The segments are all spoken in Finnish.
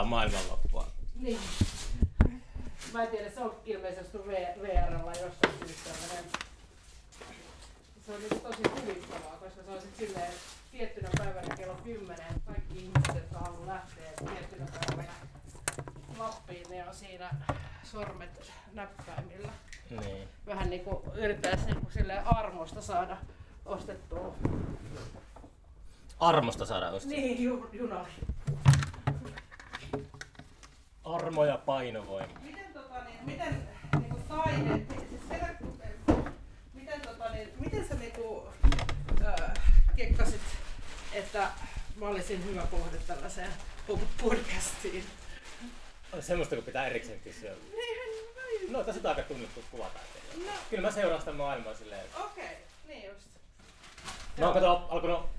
maailmanloppua. Niin. Mä en tiedä, se on ilmeisesti VR:llä jostain syystä. Se on niin tosi huvittavaa, koska se on sitten silleen tiettynä päivänä kello 10 kaikki ihmiset, jotka haluaa lähteä tiettynä päivänä Lappiin, ne on siinä sormet näppäimillä. Niin. Vähän niinku yrittäisi niinku silleen armosta saada ostettua. Armosta saada ostettua? Niin, junali. Armo ja painovoima. Miten niinku taide, miten sä niinku kekkasit, että mä olisin hyvä kohde tällaiseen podcastiin? Semmoista kun pitää erikseen kysyä. No tässä on aika tunnettu kuvataiteilija. No. Kyllä mä seuraan sitä maailmaa silleen. Okei, niin just. Mä oon alkanut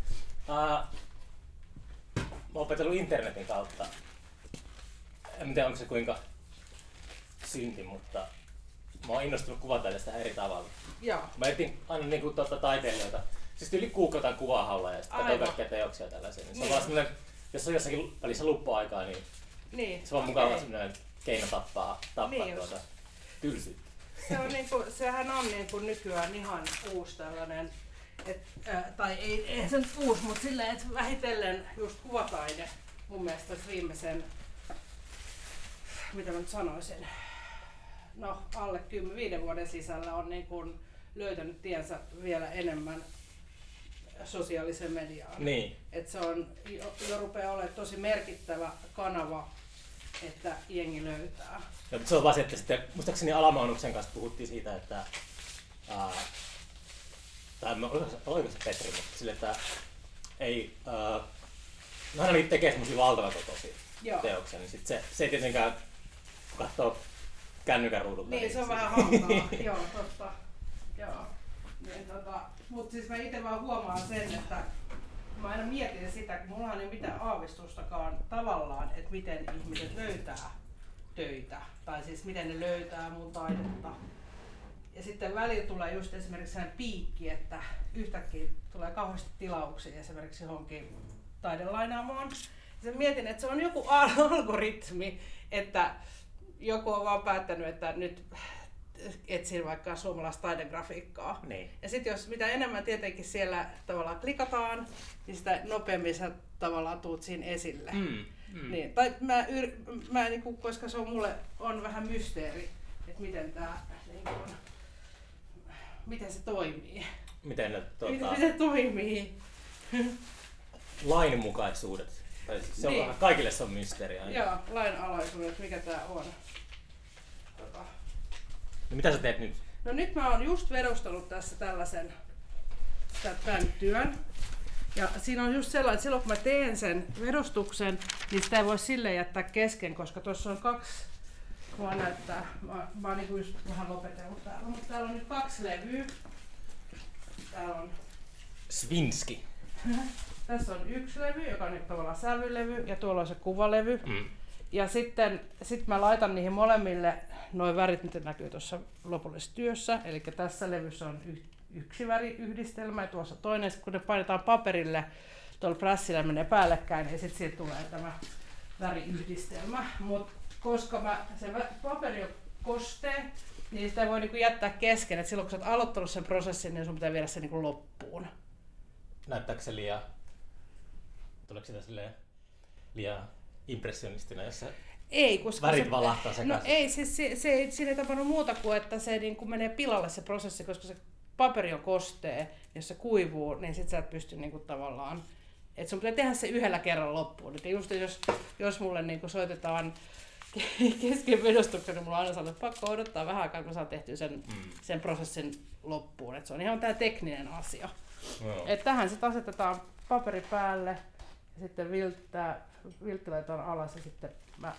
mä oon opetellut internetin kautta. En tiedä onko se kuinka synti, mutta mä oon innostunut kuvataiteesta eri tavalla. Joo. Mä etin aina niinku taiteilijoita. Siis yli googlataan kuvahaulla ja sitten katsoo kaikkia teoksia ja tällaisia. Niin se on vaan semmonen, jos on jossakin välissä luppuaikaa, niin se on mukava semmonen keino tappaa niin tylsyyttä. Se on niinku, sehän on niinku nykyään ihan uusi tällainen, tai ei se nyt uusi, mutta silleen, että vähitellen just kuvataide mun mielestä viimeisen, mitä mä nyt sanoisin, no alle 5 vuoden sisällä on niinku löytänyt tiensä vielä enemmän sosiaaliseen mediaan. Niin. Et se on jo rupeaa olemaan tosi merkittävä kanava, että jengi löytää. No, se on vaan se, että sitten muistaakseni Alamaunuksen kanssa puhuttiin siitä, että oliko se Petri, mutta sille, että ei, no hän tekee semmosia valtavan kokoisia teoksia, niin sit se ei tietenkään katsoo kännykän ruudulta. Niin, se on vähän hankalaa. Joo, totta. Joo. Niin, mutta siis mä itse vaan huomaan sen, että mä aina mietin sitä, kun mulla ei ole mitään aavistustakaan tavallaan, että miten ihmiset löytää töitä. Tai siis miten ne löytää mun taidetta. Ja sitten välillä tulee just esimerkiksi sellainen piikki, että yhtäkkiä tulee kauheasti tilauksia esimerkiksi johonkin taidelainaamoon. Ja mietin, että se on joku algoritmi, että joku on vaan päättänyt, että nyt etsin vaikka suomalaista taidegrafiikkaa. Niin. Ja sitten jos mitä enemmän tietenkin siellä tavallaan klikataan, niin sitä nopeammin sä tavallaan tuut siinä esille. Niin, tai mä niinku, koska se on mulle on vähän mysteeri, että miten tää niinku, miten se toimii. Miten se toimii? Lainmukaisuudet. Se on niin. Kaikille se on mysteeri aina. Joo, lainalaisuudet, mikä tää on. No mitä sä teet nyt? No nyt mä oon just vedostanut tässä tällaisen tämän työn. Ja siinä on just sellainen, että silloin kun mä teen sen vedostuksen, niin sitä ei voi silleen jättää kesken, koska tuossa on 2, mua näyttää, mä oon niinku just vähän lopetellut täällä, mutta täällä on nyt 2 levyä. Täällä on Svinski. Tässä on 1 levy, joka on nyt tavallaan sävylevy, ja tuolla on se kuvalevy. Ja sitten mä laitan niihin molemmille nuo värit, mitä näkyy tuossa lopullisessa työssä. Eli tässä levyssä on 1 väriyhdistelmä ja tuossa toinen. Kun ne painetaan paperille, tuolla prässillä menee päällekkäin, niin sitten siitä tulee tämä väriyhdistelmä. Mutta koska se paperi on kostee, niin sitä ei voi niinku jättää kesken. Et silloin kun sä oot aloittanut sen prosessin, niin sun pitää viedä se niinku loppuun. Näyttääkö se liian... Tuleeko sitä liian impressionistina, jos ei, koska värit valahtaa sekaisin? No ei, siis siinä ei tapahdu muuta kuin, että se niin kuin menee pilalle se prosessi, koska se paperi on kostee, jos se kuivuu, niin sit sä et pysty niin kuin tavallaan, että sun pitää tehdä se yhdellä kerran loppuun. Et just jos mulle niin kuin soitetaan kesken vedostuksen, niin mulla on aina sanonut, että pakko odottaa vähän aikaa, kun mä saan tehtyä sen prosessin loppuun. Et se on ihan tää tekninen asia. No. Et tähän sitten asetetaan paperi päälle ja sitten viltti laitetaan alas ja sitten mä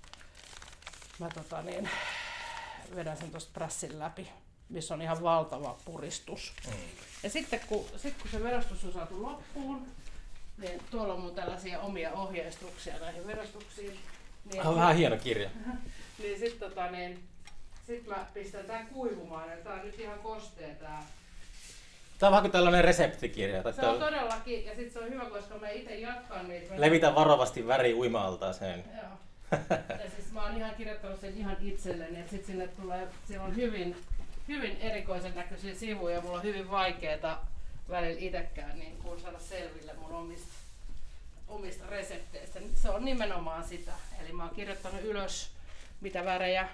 vedän sen tuosta prässin läpi, missä on ihan valtava puristus. Ja sitten kun se vedostus on saatu loppuun, niin tuolla on mun tällaisia omia ohjeistuksia näihin vedostuksiin. Niin on vähän hieno kirja. Niin sit mä pistän tän kuivumaan, ja tää on nyt ihan kostea tää. Tää on vähän kuin tällainen reseptikirja. Se on todellakin, ja sit se on hyvä, koska mä itse jatkan niitä. Levitä varovasti väri uima-altaaseen. Joo. Ja siis mä oon ihan kirjoittanut sen ihan itselleni, että sit sinne tulee, siellä on hyvin erikoisen näköisiä sivuja ja mulla on hyvin vaikeeta välillä itsekään niin kun saada selville mun omista resepteistä. Se on nimenomaan sitä. Eli mä oon kirjoittanut ylös mitä värejä,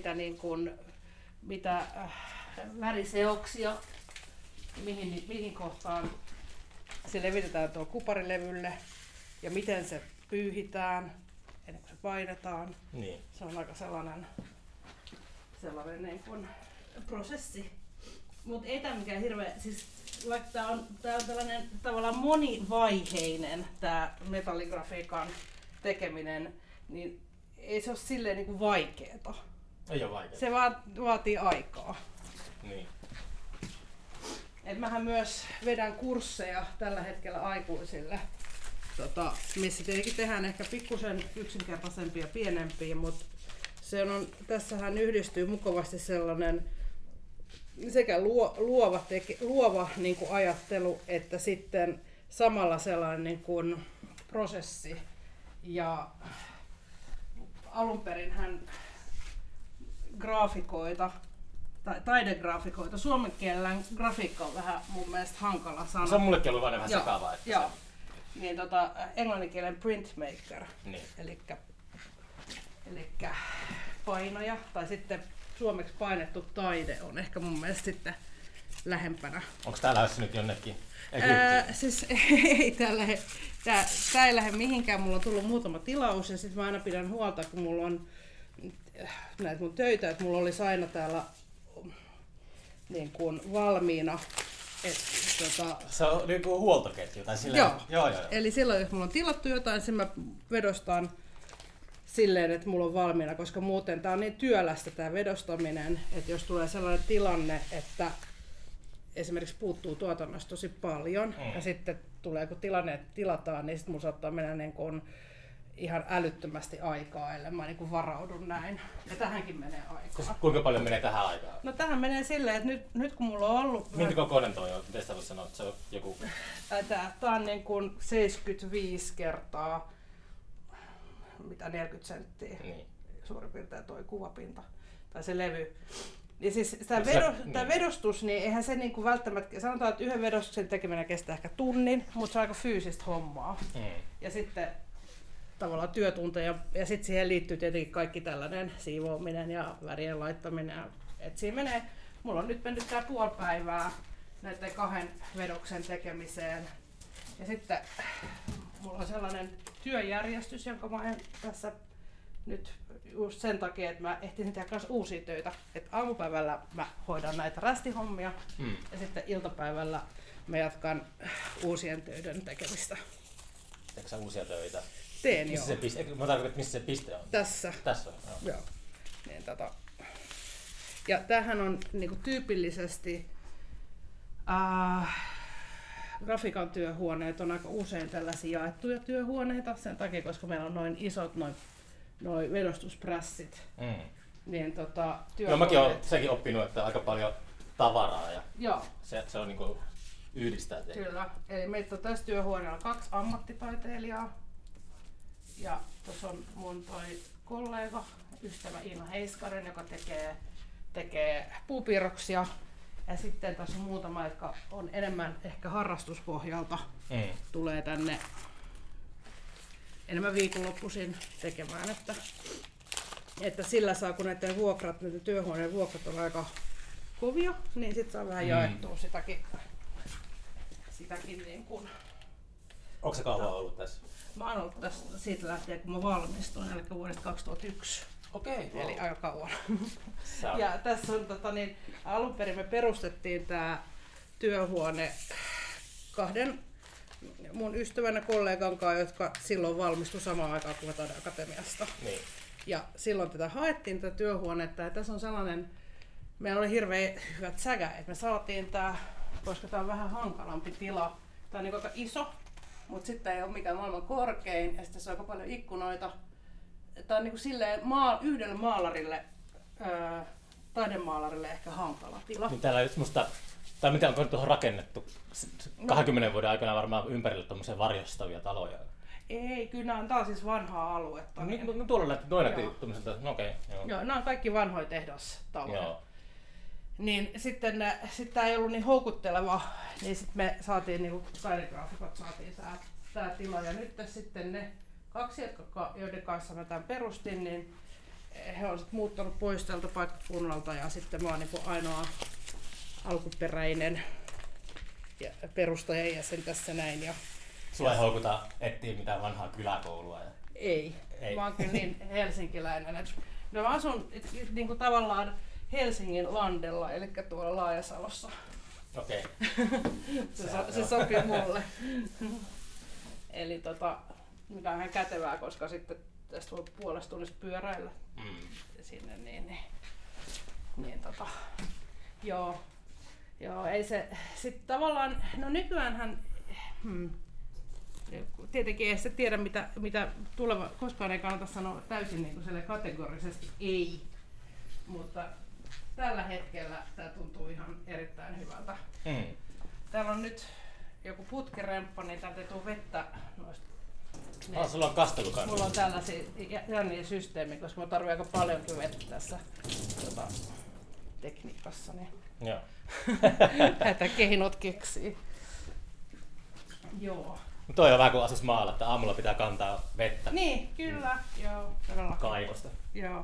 mitä väriseoksia, mihin kohtaan se levitetään tuolla kuparilevylle ja miten se pyyhitään ennen kuin se painetaan. Niin. Se on aika sellainen niin kuin prosessi. Mutta ei tämä mikään hirveä, siis vaikka tämä on tällainen tavallaan monivaiheinen tämä metalligrafiikan tekeminen, niin ei se ole silleen niin kuin vaikeeta. Ei ole vaikeeta. Se vaatii aikaa. Niin. Et mähän myös vedän kursseja tällä hetkellä aikuisille, missä tietenkin tehdään ehkä pikkusen yksinkertaisempia ja pienempiä, mutta tässähän yhdistyy mukavasti sellainen sekä luova niin kuin ajattelu, että sitten samalla sellainen niin kuin prosessi. Ja alun perin hän graafikoita, taidegraafikoita. Suomen kielellä grafiikka on vähän mun mielestä hankala sana. Se on mullekin ollut vähän sekavaa. Joo. Niin englanninkielen printmaker, niin. elikkä painoja, tai sitten suomeksi painettu taide on ehkä mun mielestä sitten lähempänä. Onko tää lähdössä nyt jonnekin? Siis ei tää ei lähde mihinkään, mulla on tullut muutama tilaus ja sitten mä aina pidän huolta, kun mulla on näitä mun töitä, että mulla olisi aina täällä niin kuin valmiina. Se on niinku huoltoketju tai silleen. Joo. Eli silloin jos mulla on tilattu jotain, sen mä vedostan silleen, että mulla on valmiina, koska muuten tää on niin työlästä tää vedostaminen, että jos tulee sellainen tilanne, että esimerkiksi puuttuu tuotannosta tosi paljon ja sitten tulee kun tilanne, että tilataan, niin sitten mulla saattaa mennä niin kuin ihan älyttömästi aikaa, ellei mä niin kuin varaudun näin. Ja tähänkin menee aikaa. Kuinka paljon menee tähän aikaan? No tähän menee silleen, että nyt kun mulla on ollut... Minkä kokoinen toi on? Miten sitä voisi sanoa, että se on joku... Tää on niin kuin 75 kertaa, mitä 40 senttiä. Niin. Suurin piirtein toi kuvapinta tai se levy. Ja siis tämä vedostus, niin eihän se niinku välttämättä, sanotaan, että yhden vedostuksen tekeminen kestää ehkä tunnin, mutta se on aika fyysistä hommaa. Ja sitten tavallaan työtunteja, ja sitten siihen liittyy tietenkin kaikki tällainen siivoaminen ja värien laittaminen. Et siinä menee, mulla on nyt mennyt tää puoli päivää näiden 2 vedoksen tekemiseen. Ja sitten mulla on sellainen työjärjestys, jonka mä en tässä nyt just sen takia, että mä ehtisin tehdä myös uusia töitä. Et aamupäivällä mä hoidan näitä rästihommia ja sitten iltapäivällä mä jatkan uusien töiden tekemistä. Teetkö sä uusia töitä? Teen, missä joo. Se piste, mä tarkoitan, että missä se piste on? Tässä. Tässä on, joo. Niin, ja tämähän on niinku tyypillisesti grafiikan työhuoneet on aika usein tällaisia jaettuja työhuoneita sen takia, koska meillä on noin isot noi vedostuspressit. Niin Joo, mäkin olen sekin oppinut, että aika paljon tavaraa ja joo. Se on niinku yhdistää teitä. Kyllä. Eli meitä on tässä työhuoneella 2 ammattitaiteilijaa. Ja tuossa on mun toi kollega, ystävä Iina Heiskanen, joka tekee puupiirroksia. Ja sitten tässä on muutama, jotka on enemmän ehkä harrastuspohjalta. Tulee tänne enemmän viikonloppuisin tekemään, että sillä saa, kun näiden työhuoneen vuokrat on aika kovia, niin sit saa vähän jaettua sitäkin niin kuin. Onko se kauan ollut tässä? Mä oon ollut tässä siitä lähtien, kun mä valmistuin, eli vuodesta 2001. Okei. Eli aika kauan. Ja tässä on alun perin me perustettiin tää työhuone 2 mun ystävän ja kollegan kanssa, jotka silloin valmistui samaan aikaan kuin Taideakatemiasta. Niin. Ja silloin tätä haettiin tätä työhuonetta ja tässä on sellainen, meillä oli hirveän hyvät säkä, että me saatiin tää, koska tää on vähän hankalampi tila. Tää on niin aika iso, mutta sitten ei ole mikään maailman korkein ja sitten se on aika paljon ikkunoita. Tää on niin kuin silleen yhdelle maalarille, taidemaalarille ehkä hankala tila. Niin täällä musta, tai mitä on tuohon rakennettu 20 vuoden aikana varmaan ympärille tuommoisia varjostavia taloja. Ei, kyllä tää on siis vanhaa aluetta. No tuolla näytti tuommoiselta, no okei. Joo, nämä on kaikki vanhoja tehdastaloja. Niin sitten tää ei ollut niin houkutteleva, niin sitten me saatiin niinku taidegraafikot saatiin tää tila. Ja nyt sitten ne 2, joiden kanssa mä tämän perustin, niin he on sitten muuttanut pois tältä paikkakunnalta ja sitten mä oon niinku ainoa alkuperäinen perustajan jäsen tässä näin. Sulla ei houkuta etsiä mitään vanhaa kyläkoulua? Ei. Mä oon kyllä niin helsinkiläinen. Mä asun niinku tavallaan Helsingin landella, eli tuolla Laajasalossa. Okei. Se sopii mulle. Eli mikä on ihan kätevää, koska sitten tästä voi puolesta tunnista pyöräillä sinne, joo, ei se sitten tavallaan, no nykyäänhän tietenkin ei se tiedä mitä tuleva, koskaan ei kannata sanoa täysin niin kuin kategorisesti ei, mutta tällä hetkellä tämä tuntuu ihan erittäin hyvältä. Täällä on nyt joku putkeremppa, niin täältä ei tule vettä noista. Sulla on kastelukannu. Mulla on tällaisia jänniä systeemi, koska mä tarvitsen aika paljonkin vettä tässä tekniikassa. Niin joo. Näitä keinot keksii. Joo. Toi on vähän kuin asus maalla, että aamulla pitää kantaa vettä. Niin, kyllä. Joo, todellakin. Kaivosta. Joo.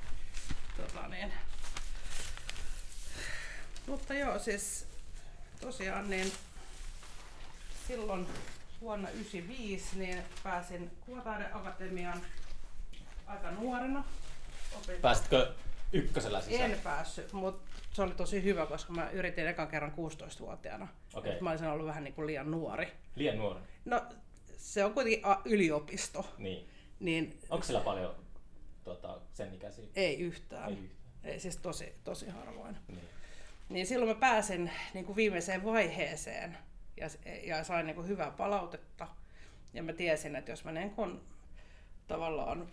Mutta joo, siis tosiaan niin silloin vuonna 1995 niin pääsin Kuvataideakatemiaan aika nuorena. Pääsitkö ykkösellä sisään? En päässyt, mutta se oli tosi hyvä, koska mä yritin ekan kerran 16-vuotiaana. Okay. Mä olisin ollut vähän niin kuin liian nuori. Liian nuori? No se on kuitenkin yliopisto. Niin. Onko siellä paljon sen ikäisiä? Ei yhtään. Ei siis tosi harvoin. Niin silloin mä pääsin niin kuin viimeiseen vaiheeseen ja sain niin kuin hyvää palautetta. Ja mä tiesin, että jos mä niin kuin tavallaan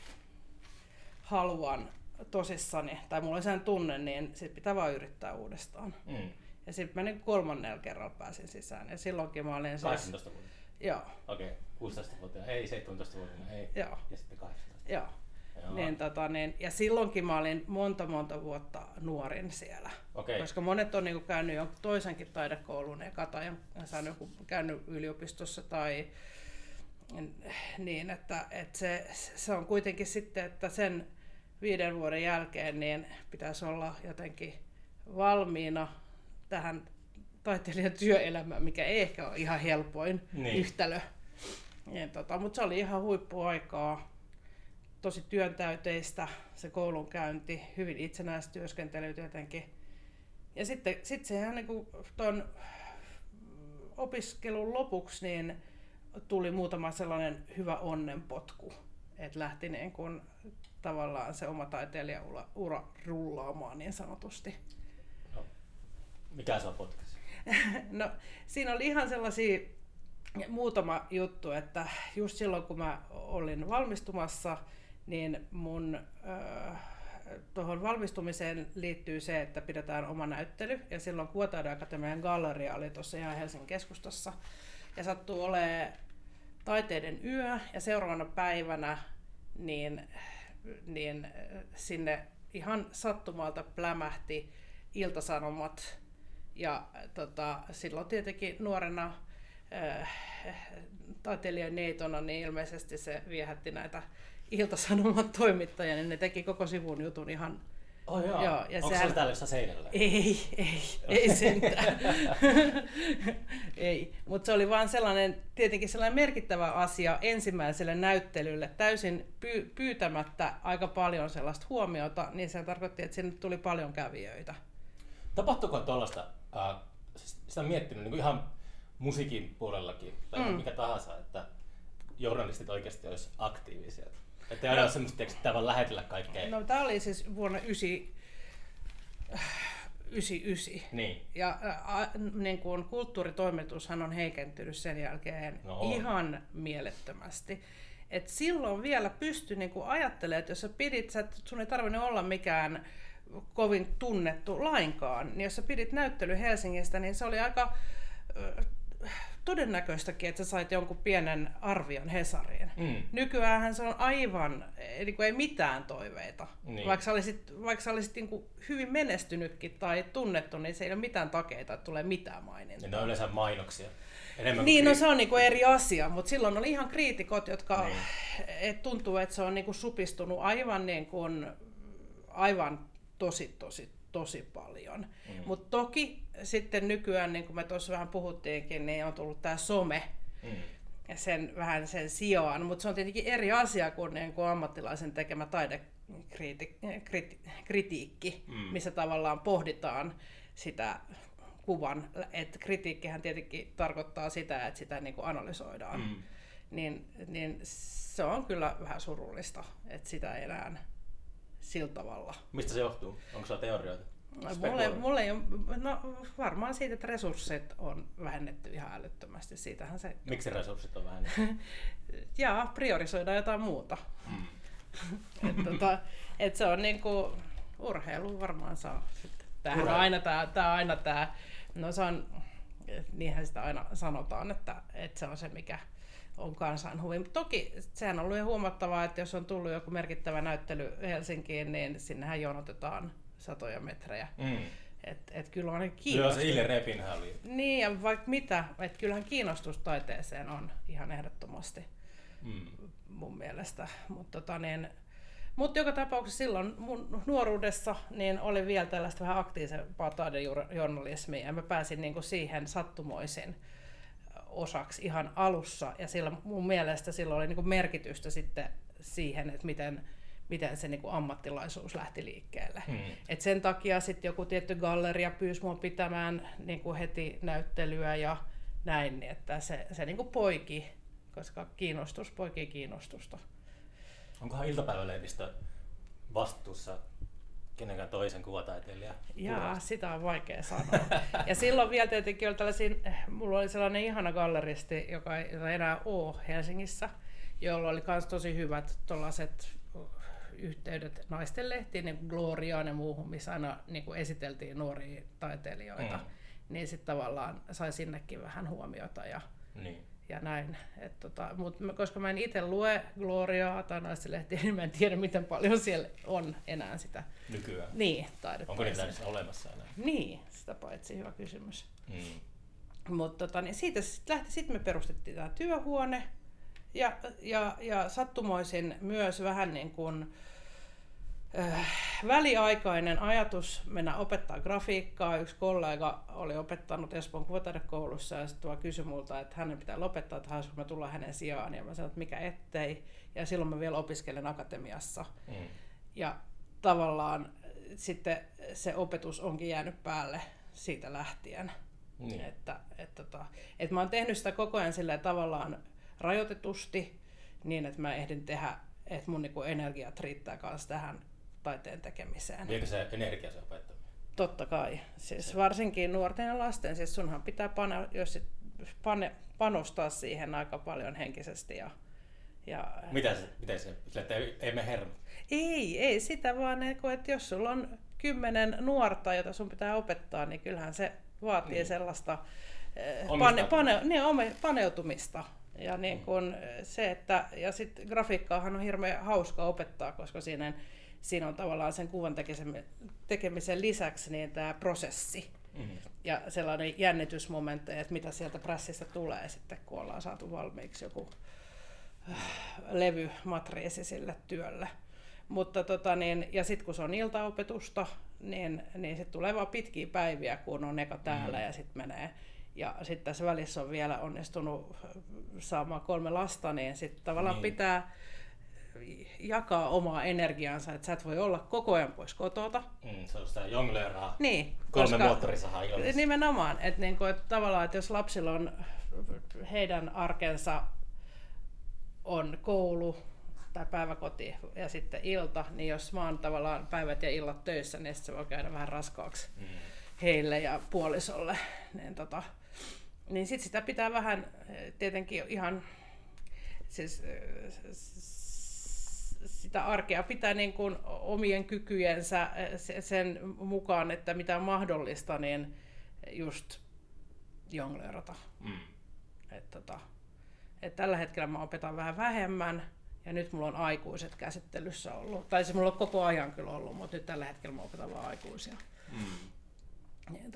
haluan tosissani, tai mulla oli sen tunne, niin sit pitää vaan yrittää uudestaan. Ja sitten mä niin 3. kerralla pääsin sisään. Ja silloinkin mä olin 18 vuotta? Joo. Okei, 16-vuotiaana, ei 17-vuotiaana, ei. Joo. Ja sitten 18. Joo. Ja silloinkin mä olin monta vuotta nuorin siellä. Okay. Koska monet on niinku käynyt jonkun toisenkin taidekoulun eka tai käynyt yliopistossa tai niin, että se on kuitenkin sitten, että sen 5 vuoden jälkeen niin pitäisi olla jotenkin valmiina tähän taiteilijan työelämään, mikä ei ehkä ole ihan helpoin yhtälö. Mutta se oli ihan huippuaikaa. Tosi työntäyteistä se koulunkäynti, hyvin itsenäistyöskentely tietenkin. Ja sitten sehän niin tuon opiskelun lopuksi niin tuli muutama sellainen hyvä onnenpotku, että lähti niin kuin tavallaan se oma taiteilijaura rullaamaan niin sanotusti. No, mikä se on potkas? No siinä oli ihan sellaisia muutama juttu, että just silloin kun mä olin valmistumassa, niin mun tuohon valmistumiseen liittyy se, että pidetään oma näyttely. Ja silloin Kuvataideakatemian galleria oli tuossa ihan Helsingin keskustassa. Ja sattuu olemaan taiteiden yö ja seuraavana päivänä niin sinne ihan sattumalta plämähti Ilta-Sanomat. Ja silloin tietenkin nuorena taiteilijaneitona niin ilmeisesti se viehätti näitä Ilta-Sanomat toimittajia, niin ne teki koko sivun jutun ihan. Oh joo. Ja onko se täällä jossain seinällä? Ei sentään. Ei, mutta se oli vaan tietenkin sellainen merkittävä asia ensimmäiselle näyttelylle, täysin pyytämättä aika paljon sellaista huomiota, niin se tarkoitti, että sinne tuli paljon kävijöitä. Tapahtuuko tuollaista, sitä on miettinyt niin kuin ihan musiikin puolellakin, tai mikä tahansa, että journalistit oikeasti olisi aktiivisia? Että ei aina ole semmoista, että pitää vaan lähetellä kaikkea. No tämä oli siis vuonna 1999. Niin. Ja niin kuin kulttuuritoimitushan on heikentynyt sen jälkeen ihan mielettömästi. Et silloin vielä pystyi niin kuin ajattelemaan, että jos sä pidit, sun ei tarvinnut olla mikään kovin tunnettu lainkaan, niin jos sä pidit näyttely Helsingistä, niin se oli aika todennäköistäkin, että sä sait jonkun pienen arvion Hesariin. Nykyäänhän se on aivan, ei mitään toiveita. Niin. Vaikka sä olisit niin kuin hyvin menestynytkin tai tunnettu, niin se ei ole mitään takeita, että tulee mitään mainintaa. Niin ne on yleensä mainoksia. Niin, no se on niinku eri asia, mutta silloin oli ihan kriitikot, jotka tuntuu, että se on niinku supistunut aivan tosi paljon. Mutta toki sitten nykyään, niin kuin me tuossa vähän puhuttiinkin, niin on tullut tämä some vähän sen sijaan, mutta se on tietenkin eri asia kuin ammattilaisen tekemä taidekritiikki, missä tavallaan pohditaan sitä kuvan, että kritiikkihän tietenkin tarkoittaa sitä, että sitä niin kuin analysoidaan, niin se on kyllä vähän surullista, että sitä ei enää sillä tavalla. Mistä se johtuu? Onko sulla teorioita? Mulle ei ole, varmaan siitä, että resurssit on vähennetty ihan älyttömästi. Siitähän se. Miksi resurssit on vähennetty? Priorisoidaan jotain muuta. Et se on niinku urheilu varmaan saa. Tämä on aina tämä. No se on, niinhän sitä aina sanotaan, että se on se, mikä on kansan huvi. Toki sehän on ollut jo huomattavaa, että jos on tullut joku merkittävä näyttely Helsinkiin, niin sinnehän jonotetaan satoja metrejä. Et kyllä on kiinnostus. Joo, se Ile Repinhän oli. Niin, ja vaikka mitä, että kyllähän kiinnostus taiteeseen on ihan ehdottomasti mun mielestä. Mutta joka tapauksessa silloin mun nuoruudessa niin oli vielä tällaista vähän aktiivisempaa taidejournalismia ja mä pääsin niinku siihen sattumoisin osaksi ihan alussa ja sillä mun mielestä silloin oli niinku merkitystä sitten siihen, että miten se niinku ammattilaisuus lähti liikkeelle. Et sen takia sitten joku tietty galleria pyysi mua pitämään niinku heti näyttelyä ja näin, että se niinku poiki, koska kiinnostus poikii kiinnostusta. Onkohan iltapäivälehdistö vastuussa kenenkään toisen kuvataiteilijan? Jaa, sitä on vaikea sanoa. Ja silloin vielä tietenkin mulla oli sellainen ihana galleristi, joka ei enää ole Helsingissä, jolla oli myös tosi hyvät tollaiset yhteydet naistenlehtiin, niin Gloriaan ja muuhun, missä aina niin kuin esiteltiin nuoria taiteilijoita. Niin sitten tavallaan sai sinnekin vähän huomiota ja näin. Mutta koska mä en itse lue Gloriaa tai naistenlehtiä, niin mä en tiedä, miten paljon siellä on enää sitä. Nykyään? Niin, taidetta. Onko niitä edes olemassa enää? Niin, sitä paitsi hyvä kysymys. Mutta niin siitä sitten me perustettiin tämä työhuone ja sattumoisin myös vähän niin kuin väliaikainen ajatus mennä opettaa grafiikkaa. Yksi kollega oli opettanut Espoon kuvataidekoulussa ja sitten kysyi multa, että hänen pitää lopettaa, että haluaisiko mä tulla hänen sijaan. Ja mä sanoin, että mikä ettei. Ja silloin mä vielä opiskelen akatemiassa. Ja tavallaan sitten se opetus onkin jäänyt päälle siitä lähtien. Että mä oon tehnyt sitä koko ajan silleen tavallaan rajoitetusti niin, että mä ehdin tehdä, että mun niinku energiat riittää kanssa tähän taiteen tekemiseen. Viekö se energia se opettaminen? Totta kai. Siis varsinkin nuorten ja lasten. Siis sunhan pitää panostaa siihen aika paljon henkisesti. Miten se? Että ei me hermo? Ei sitä vaan, että jos sulla on 10 nuorta, jota sun pitää opettaa, niin kyllähän se vaatii sellaista paneutumista. Ja niin kun se, että sitten grafiikkaahan on hirveän hauska opettaa, koska siinä on tavallaan sen kuvan tekemisen lisäksi niin tämä prosessi ja sellainen jännitysmomentti, että mitä sieltä prässistä tulee sitten, kun ollaan saatu valmiiksi joku levymatriisi sille työlle. Mutta ja sitten kun se on iltaopetusta, niin sitten tulee vaan pitkiä päiviä, kun on eka täällä ja sitten menee. Ja sitten tässä välissä on vielä onnistunut saamaan 3 lasta, niin sitten tavallaan pitää jakaa omaa energiaansa, että sä et voi olla koko ajan pois kotota. Se on sitä jonglööraa. Niin, 3 moottorisahaa ilmassa. Nimenomaan, että tavallaan, että jos lapsilla on heidän arkensa on koulu tai päiväkoti ja sitten ilta, niin jos mä oon tavallaan päivät ja illat töissä, niin se voi käydä vähän raskaaksi heille ja puolisolle. Niin sitten sitä pitää vähän tietenkin ihan siis sitä arkea pitää niin kuin omien kykyjensä sen mukaan, että mitä on mahdollista, niin just jonglöörata. Et tällä hetkellä mä opetan vähän vähemmän ja nyt mulla on aikuiset käsittelyssä ollut. Tai se mulla on koko ajan kyllä ollut, mutta nyt tällä hetkellä mä opetan vaan aikuisia. Niin,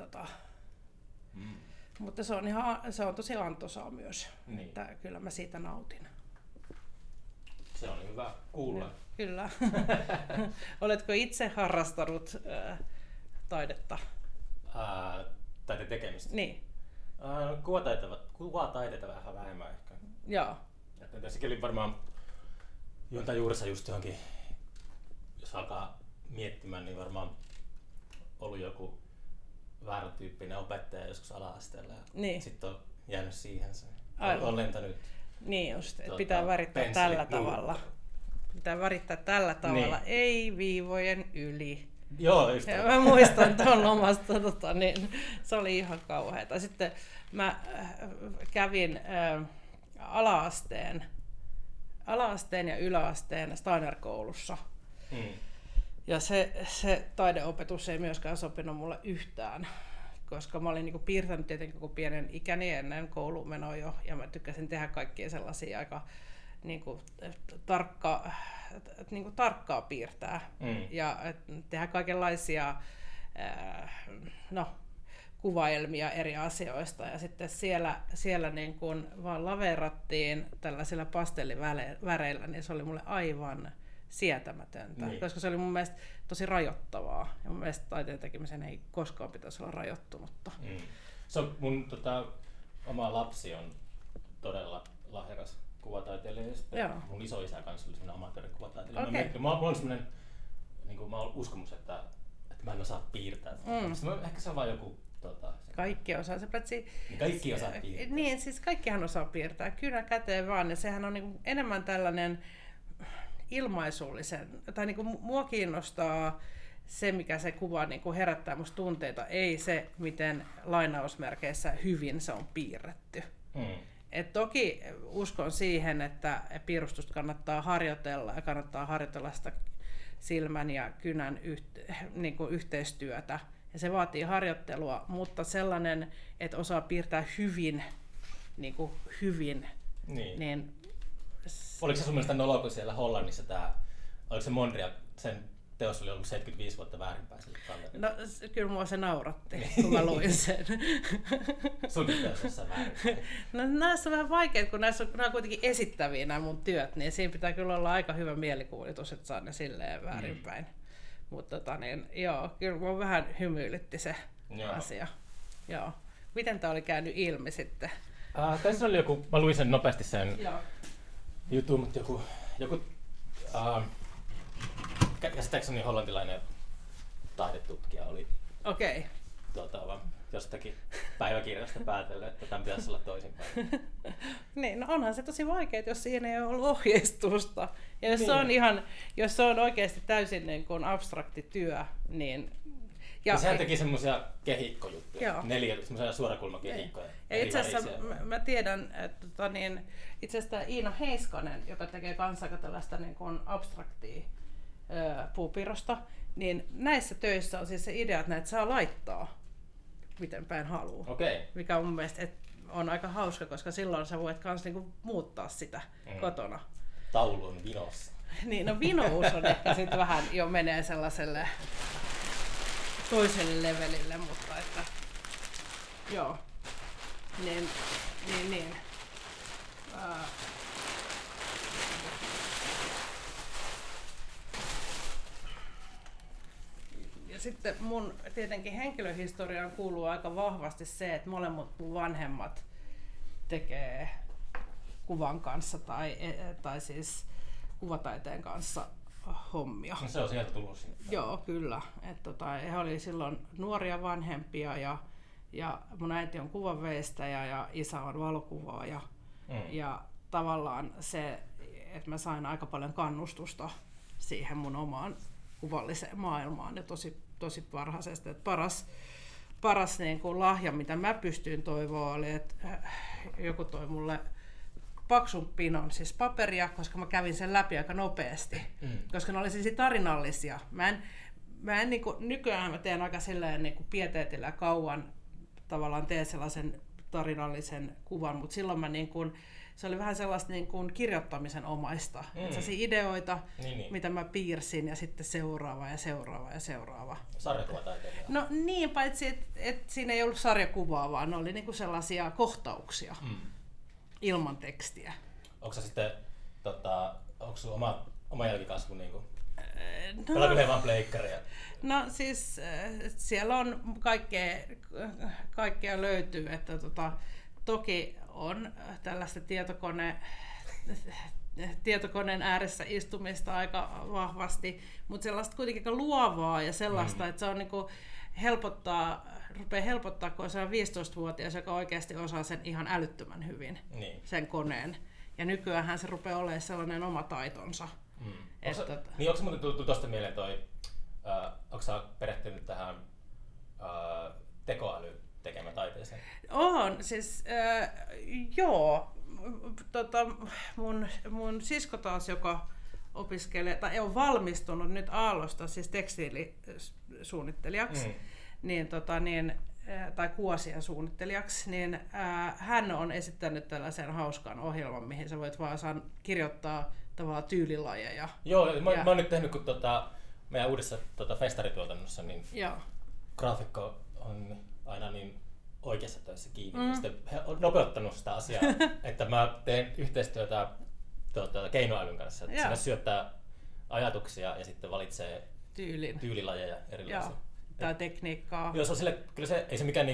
mutta se on tosi antoisaa myös, niin. Että kyllä mä siitä nautin. Se on hyvä kuulla. Ja, kyllä. Oletko itse harrastanut taidetta? Taiteen tekemistä? Niin. Kuvataiteita vähän vähemmän ehkä. Joo. Että tässäkin oli varmaan juontaa juuressa just johonkin, jos alkaa miettimään, niin varmaan ollut joku väärän tyyppinen opettaja joskus ala-asteella. Niin. Sitten on jäänyt siihen se. On lentänyt. Niin just, että pitää värittää tällä tavalla. Pitää värittää tällä tavalla, niin. Ei viivojen yli. Joo, just ja mä muistan tuon lomasta, niin se oli ihan kauheata. Sitten mä kävin ala-asteen ja yläasteen Steiner-koulussa. Ja se taideopetus ei myöskään sopinut mulle yhtään, koska mä olin niinku piirtänyt tietenkin koko pienen ikäni ennen koulumenoa jo, ja mä tykkäsin tehdä kaikkia sellaisia aika tarkkaa piirtää ja tehdä kaikenlaisia kuvaelmia eri asioista, ja sitten siellä niin kun vaan laverattiin tällaisilla pastelliväreillä, niin se oli mulle aivan sietämätöntä, koska se oli mun mielestä tosi rajoittavaa, ja mun mielestä taiteen tekemisen ei koskaan pitäisi olla rajoittunutta. Se on mun oma lapsi on todella lahjakas kuvataiteilija, ja sitten mun isoisä kanssa oli semmoinen amatöörikuvataiteilija. Okay. Mulla on semmoinen uskomus, että mä en osaa piirtää. Ehkä se on vaan joku... Kaikki osaa se platsi. Kaikki osaa piirtää. Niin, siis kaikkihan osaa piirtää. Kynä käteen vaan, ja sehän on niinku enemmän tällainen ilmaisullisen, tai niinku mua kiinnostaa se, mikä se kuva niinku herättää musta tunteita, ei se, miten lainausmerkeissä hyvin se on piirretty. Et toki uskon siihen, että piirustusta kannattaa harjoitella ja kannattaa harjoitella sitä silmän ja kynän yhteistyötä. Ja se vaatii harjoittelua, mutta sellainen, että osaa piirtää hyvin, niin oliko se sun mielestä nolo, kun siellä Hollannissa oliko se Mondrian, sen teos oli ollut 75 vuotta väärinpäin sille kallerille? No kyllä mua se nauratti, kun mä luin sen. Sunkin teos jossain väärinpäin. No näissä on vähän vaikeaa, kun nämä on kuitenkin esittäviä nämä mun työt, niin siinä pitää kyllä olla aika hyvä mielikuvitus, että saa ne silleen väärinpäin. Mutta joo, kyllä mua vähän hymyilytti se asia. Joo. Miten tämä oli käynyt ilmi sitten? Tässä oli joku, mä luin sen nopeasti sen jutun, mutta joku käsittääkseni hollantilainen taidetutkija oli jostakin päiväkirjasta päätellyt, että tämän pitäisi olla toisinpäin. Niin, no onhan se tosi vaikeaa, jos siinä ei ole ollut ohjeistusta. Ja jos se on oikeasti täysin niin kuin abstrakti työ, niin... Ja sehän teki semmoisia kehikkojuttuja, 4 semmoisia suorakulmakehikkoja. Ja itse asiassa mä tiedän, että itse asiassa Iina Heiskanen, joka tekee kanssa tällaista niin kuin abstraktia puupiirrosta, niin näissä töissä on siis se idea, että näitä saa laittaa miten päin haluaa. Okay. Mikä on mun mielestä on aika hauska, koska silloin sä voit kans niinku muuttaa sitä kotona. Taulu on vinossa. Niin, no vinous on ehkä sitten vähän jo menee sellaiselle toiselle levelille, mutta että joo. Niin. Ja sitten mun tietenkin henkilöhistoriaan kuuluu aika vahvasti se, että molemmat mun vanhemmat tekee kuvan kanssa tai siis kuvataiteen kanssa hommia. No se on sieltä tullut sinne. Joo, kyllä. He oli silloin nuoria vanhempia ja mun äiti on kuvanveistäjä ja isä on valokuvaaja. Ja tavallaan se, että mä sain aika paljon kannustusta siihen mun omaan kuvalliseen maailmaan ja tosi varhaisesti. Paras niin kuin lahja, mitä mä pystyin toivoa, oli, että joku toi mulle paksun pinon, siis paperia, koska mä kävin sen läpi aika nopeasti, koska ne oli siis tarinallisia. Mä en niin kuin, nykyään mä teen aika silleen niin kuin pieteetillä kauan tavallaan teen sellaisen tarinallisen kuvan, mutta silloin mä niin kun, se oli vähän sellaista niin kun kirjoittamisen omaista. Sellaisia ideoita, mitä mä piirsin ja sitten seuraava ja seuraava ja seuraava. Sarjakuvataiteilija. No niin, paitsi että siinä ei ollut sarjakuvaa, vaan ne oli niin kuin sellaisia kohtauksia ilman tekstiä. Onko se sitten, onko sulla oma jälkikasvu niinku? Pelaatko ne vaan pleikkaria? No siis siellä on kaikkea löytyy, että toki on tällaista tietokoneen ääressä istumista aika vahvasti, mutta sellaista kuitenkin aika luovaa ja sellaista, että se on niinku rupeaa helpottaa, kun on 15-vuotias, joka oikeasti osaa sen ihan älyttömän hyvin, sen koneen. Ja nykyäänhän se rupeaa olemaan sellainen oma taitonsa. Onko se muuten tullut tuosta mieleen onko sä perehtynyt tähän tekoäly tekemään taiteeseen? On, siis joo. Mun sisko taas, joka opiskelee, tai on valmistunut nyt Aallosta, siis tekstiilisuunnittelijaksi, tai kuosien suunnittelijaksi, niin hän on esittänyt tällaisen hauskan ohjelman, mihin sä voit vaan kirjoittaa tavallaan tyylilajeja. Joo, mä oon nyt tehnyt, kun meidän uudessa festarituotannossa, niin graafikko on aina niin oikeassa töissä kiinni. Ja sitten he on nopeuttanut sitä asiaa, että mä teen yhteistyötä keinoälyn kanssa. Että siinä syöttää ajatuksia ja sitten valitsee tyylilajeja erilaisia. Tai tekniikkaa. Joo, kyllä se ei se mikään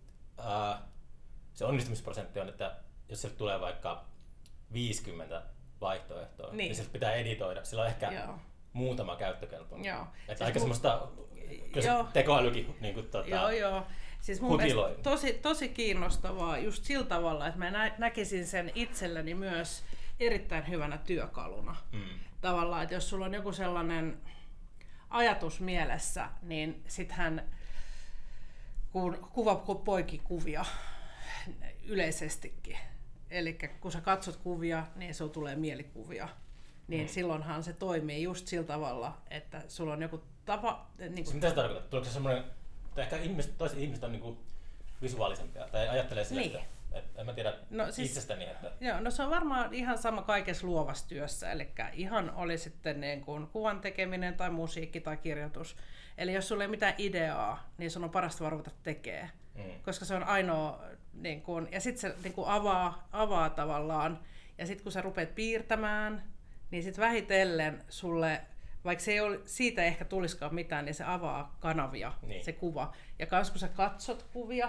se onnistumisprosentti on, että jos sieltä tulee vaikka 50 vaihtoehtoa, niin sieltä pitää editoida. Sillä on ehkä muutama käyttökelpoinen. Joo. Että aika semmoista, kyllä se tekoälykin Joo. Siis mun mielestä tosi kiinnostavaa just sillä tavalla, että mä näkisin sen itselleni myös erittäin hyvänä työkaluna. Tavallaan, että jos sulla on joku sellainen ajatus mielessä, niin sittenhän kun kuva poikii kuvia yleisestikin. Eli kun sä katsot kuvia, niin sulla tulee mielikuvia. Niin silloinhan se toimii just sillä tavalla, että sulla on joku tapa... Niin mitä se tarkoittaa? Tuleeko se semmoinen, että ehkä toiset ihmiset on niin visuaalisempia tai ajattelee sille, että en mä tiedä itsestäni. Että... Joo, no se on varmaan ihan sama kaikessa luovassa työssä, eli ihan oli sitten niin kuin kuvan tekeminen tai musiikki tai kirjoitus. Eli jos sulla ei mitään ideaa, niin sun on parasta vaan ruveta tekemään, koska se on ainoa, niin kuin, ja sitten se niin kuin avaa tavallaan, ja sitten kun sä rupeat piirtämään, niin sitten vähitellen sulle, vaikka se ei ole, siitä ei ehkä tulisikaan mitään, niin se avaa kanavia, se kuva. Ja kans kun sä katsot kuvia,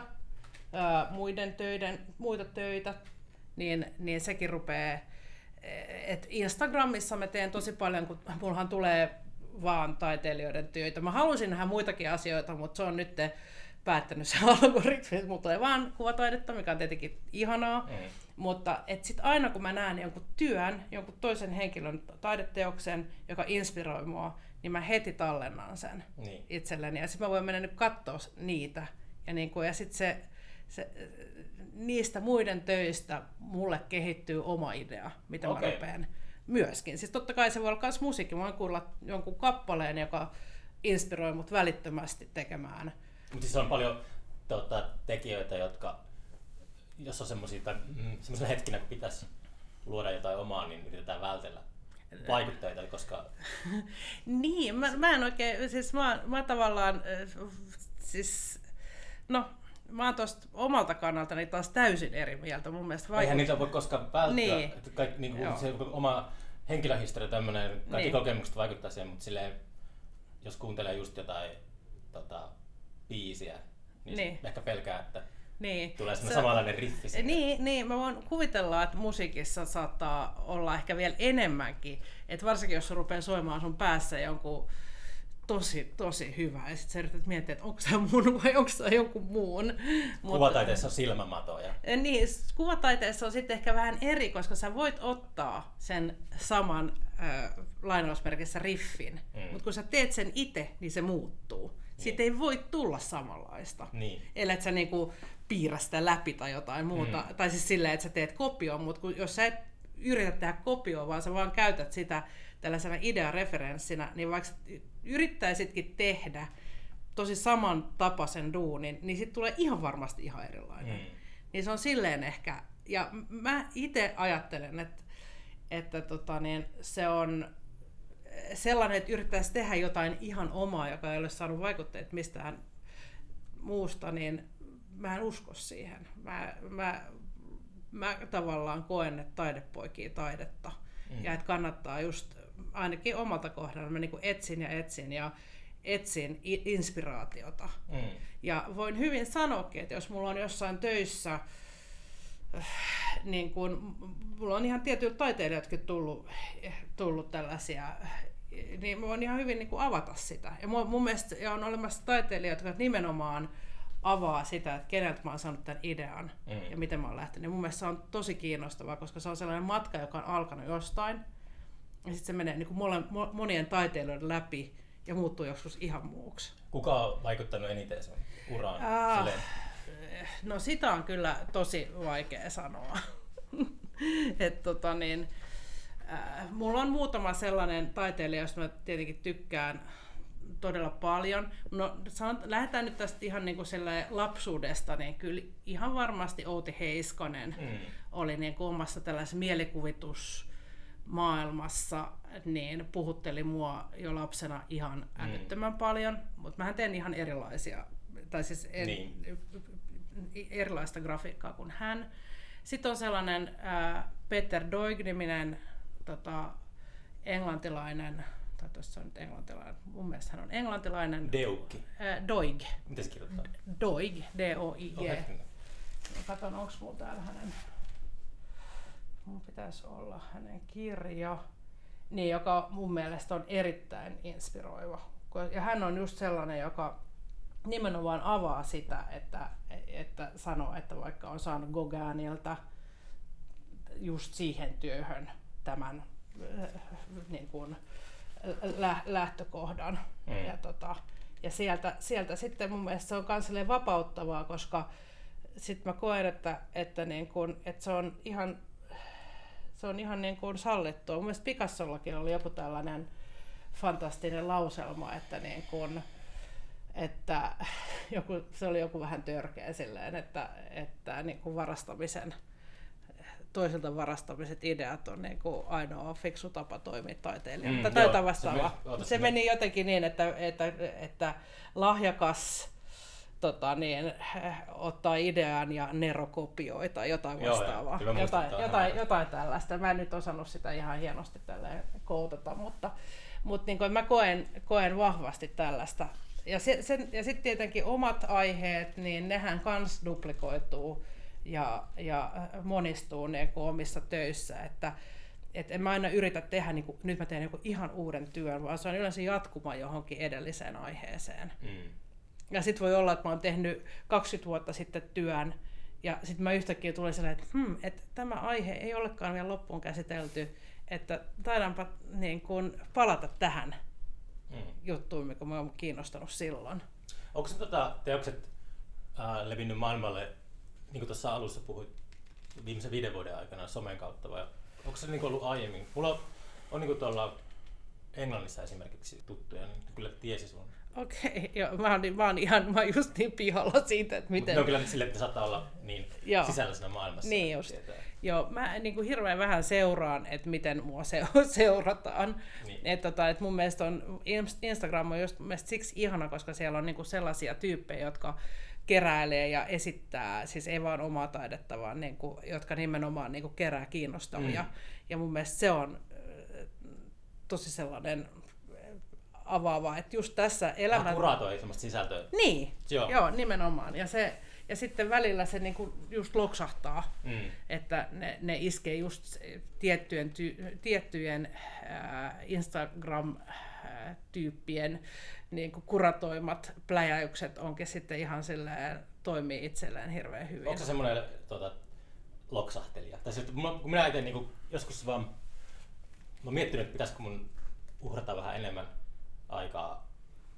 muita töitä, niin sekin rupeaa, että Instagramissa mä teen tosi paljon, kun mullahan tulee vaan taiteilijoiden töitä. Mä halusin nähdä muitakin asioita, mutta se on nyt päättänyt se algoritmi, että mulla tulee vaan kuvataidetta, mikä on tietenkin ihanaa. Mutta sit aina kun mä näen jonkun työn, jonkun toisen henkilön taideteoksen, joka inspiroi mua, niin mä heti tallennan sen itselleni. Ja sitten mä voin mennä nyt katsoa niitä. Ja sitten niistä muiden töistä mulle kehittyy oma idea, mitä mä rupean myöskin. Siis totta kai se voi olla myös musiikki. Mä voin kuulla jonkun kappaleen, joka inspiroi mut välittömästi tekemään. Mutta siis on paljon tekijöitä, jotka, jos on semmoisena hetkinä, kun pitäisi luoda jotain omaa, niin yritetään vältellä vaikutteita, koska... Niin, mä en oikein, siis mä tavallaan, siis, no, mä oon tuosta omalta kannaltani taas täysin eri mieltä. Mun mielestä eihän niitä voi koskaan välttää, että se oma henkilöhistoria, tämmöinen, kaikki kokemukset vaikuttaa siihen, mutta silleen, jos kuuntelee just jotain biisiä, niin ehkä pelkää, että tulee semmoinen samanlainen riffi. Niin, mä voin kuvitella, että musiikissa saattaa olla ehkä vielä enemmänkin, että varsinkin jos se rupeaa soimaan sun päässä jonkun tosi hyvä, ja sitten sä yrität miettiä, että onko se mun vai onko se jonkun muun. Kuvataiteessa on silmämatoja. Niin, kuvataiteessa on sitten ehkä vähän eri, koska sä voit ottaa sen saman lainausmerkissä riffin, mutta kun sä teet sen itse, niin se muuttuu. Siitä ei voi tulla samanlaista, ellei sä niinku piirrä sitä läpi tai jotain muuta. Tai siis silleen, että sä teet kopioon, mutta jos sä et yritä tehdä kopioon, vaan sä vaan käytät sitä tällaisena ideareferenssinä, niin vaikka yrittäisitkin tehdä tosi samantapaisen duunin, niin sit tulee ihan varmasti ihan erilainen. niin se on silleen ehkä, ja mä itse ajattelen, että se on sellainen, että yrittäisi tehdä jotain ihan omaa, joka ei ole saanut vaikutteet mistään muusta, niin mä en usko siihen. Mä tavallaan koen, että taide poikii taidetta. Ja että kannattaa just, ainakin omalta kohdalla, mä niin etsin inspiraatiota. Ja voin hyvin sanoakin, että jos mulla on jossain töissä, niin kun, mulla on ihan tietyillä taiteilijatkin tullut tällaisia, niin mä voin ihan hyvin niin kuin avata sitä. Ja mun mielestä on olemassa taiteilijoita, jotka nimenomaan avaa sitä, että keneltä mä oon saanut tämän idean ja miten mä oon lähtenyt. Ja mun mielestä se on tosi kiinnostavaa, koska se on sellainen matka, joka on alkanut jostain. Ja sitten se menee niin kuin monien taiteilijoiden läpi ja muuttuu joskus ihan muuksi. Kuka on vaikuttanut eniten sun uraan? No sitä on kyllä tosi vaikea sanoa. Mulla on muutama sellainen taiteilija, josta mä tietenkin tykkään todella paljon. No, lähdetään nyt tästä ihan niin kuin lapsuudesta, niin kyllä ihan varmasti Outi Heiskanen oli niin kuin omassa tällaisessa mielikuvitusmaailmassa, niin puhutteli mua jo lapsena ihan älyttömän paljon, mutta mähän teen ihan erilaisia, tai siis erilaista grafiikkaa kuin hän. Sitten on sellainen Peter Doig-niminen englantilainen, tai tuossa on nyt englantilainen, mun mielestä hän on englantilainen. Doig. Miten se kirjoittaa? Doig, D-O-I-G. Katon, onko mulla täällä hänen, mun pitäisi olla hänen kirja, niin, joka mun mielestä on erittäin inspiroiva. Ja hän on just sellainen, joka nimenomaan avaa sitä, että sanoo, että vaikka on saanut Gauguinilta just siihen työhön tämän niin kuin lähtökohdan. Ja sieltä sitten mun mielestä se on myös vapauttavaa, koska sitten mä koen, että se on ihan niin kuin sallittua. Mun mielestä Picassollakin oli joku tällainen fantastinen lauselma, että se oli joku vähän törkeä silleen, että niin kuin toisilta varastamiset ideat on niin kuin ainoa fiksu tapa toimia taiteilijana. Tai jotain vastaavaa. Se meni jotenkin niin, että lahjakas ottaa idean ja Nero kopioi tai jotain vastaavaa. Jotain tällaista. Mä en nyt osannut sitä ihan hienosti koutata, mutta niin kuin mä koen vahvasti tällaista. Ja sitten tietenkin omat aiheet, niin nehän kans duplikoituu ja monistuu niin kuin omissa töissä, että en mä aina yritä tehdä, niin kuin, nyt mä teen joku ihan uuden työn, vaan se on yleensä jatkuma johonkin edelliseen aiheeseen. Ja sitten voi olla, että mä oon tehnyt 20 vuotta sitten työn, ja sitten mä yhtäkkiä tulin sellainen, että tämä aihe ei olekaan vielä loppuun käsitelty, että taidaanpa niin kuin palata tähän juttuun, mikä mä oon kiinnostanut silloin. Onko se teokset levinnyt maailmalle, niin kuin tuossa alussa puhuit, viimeisen 5 vuoden aikana somen kautta, vai onko se niin kuin ollut aiemmin? Mulla on niin kuin tuolla Englannissa esimerkiksi tuttuja, niin kyllä tiesi sun. Okei, joo, mä oon just niin pihalla siitä, että miten. Ne on kyllä silleen, että saattaa olla niin sisällä siinä maailmassa. Niin just. Joo, mä niin kuin hirveän vähän seuraan, että miten mua seurataan. Niin. Että mun mielestä Instagram on just mun mielestä siksi ihana, koska siellä on niin kuin sellaisia tyyppejä, jotka keräilee ja esittää, siis ei vaan omaa taidetta, vaan niin kuin, jotka nimenomaan niin kuin kerää kiinnostavia. Ja mun mielestä se on tosi sellainen avaava, että just tässä elämän... Kuratoi semmoista sisältöä. Niin, joo nimenomaan. Ja sitten välillä se niinku just loksahtaa, että ne iskee just tiettyjen Instagram-tyyppien niinku kuratoimat pläjäykset onkin sitten ihan silleen, toimii itselleen hirveän hyvin. Onko se semmoinen loksahtelija? Tai sitten, kun minä itse niinku, joskus vaan... Mä oon miettinyt, että pitäisikö mun uhrata vähän enemmän aikaa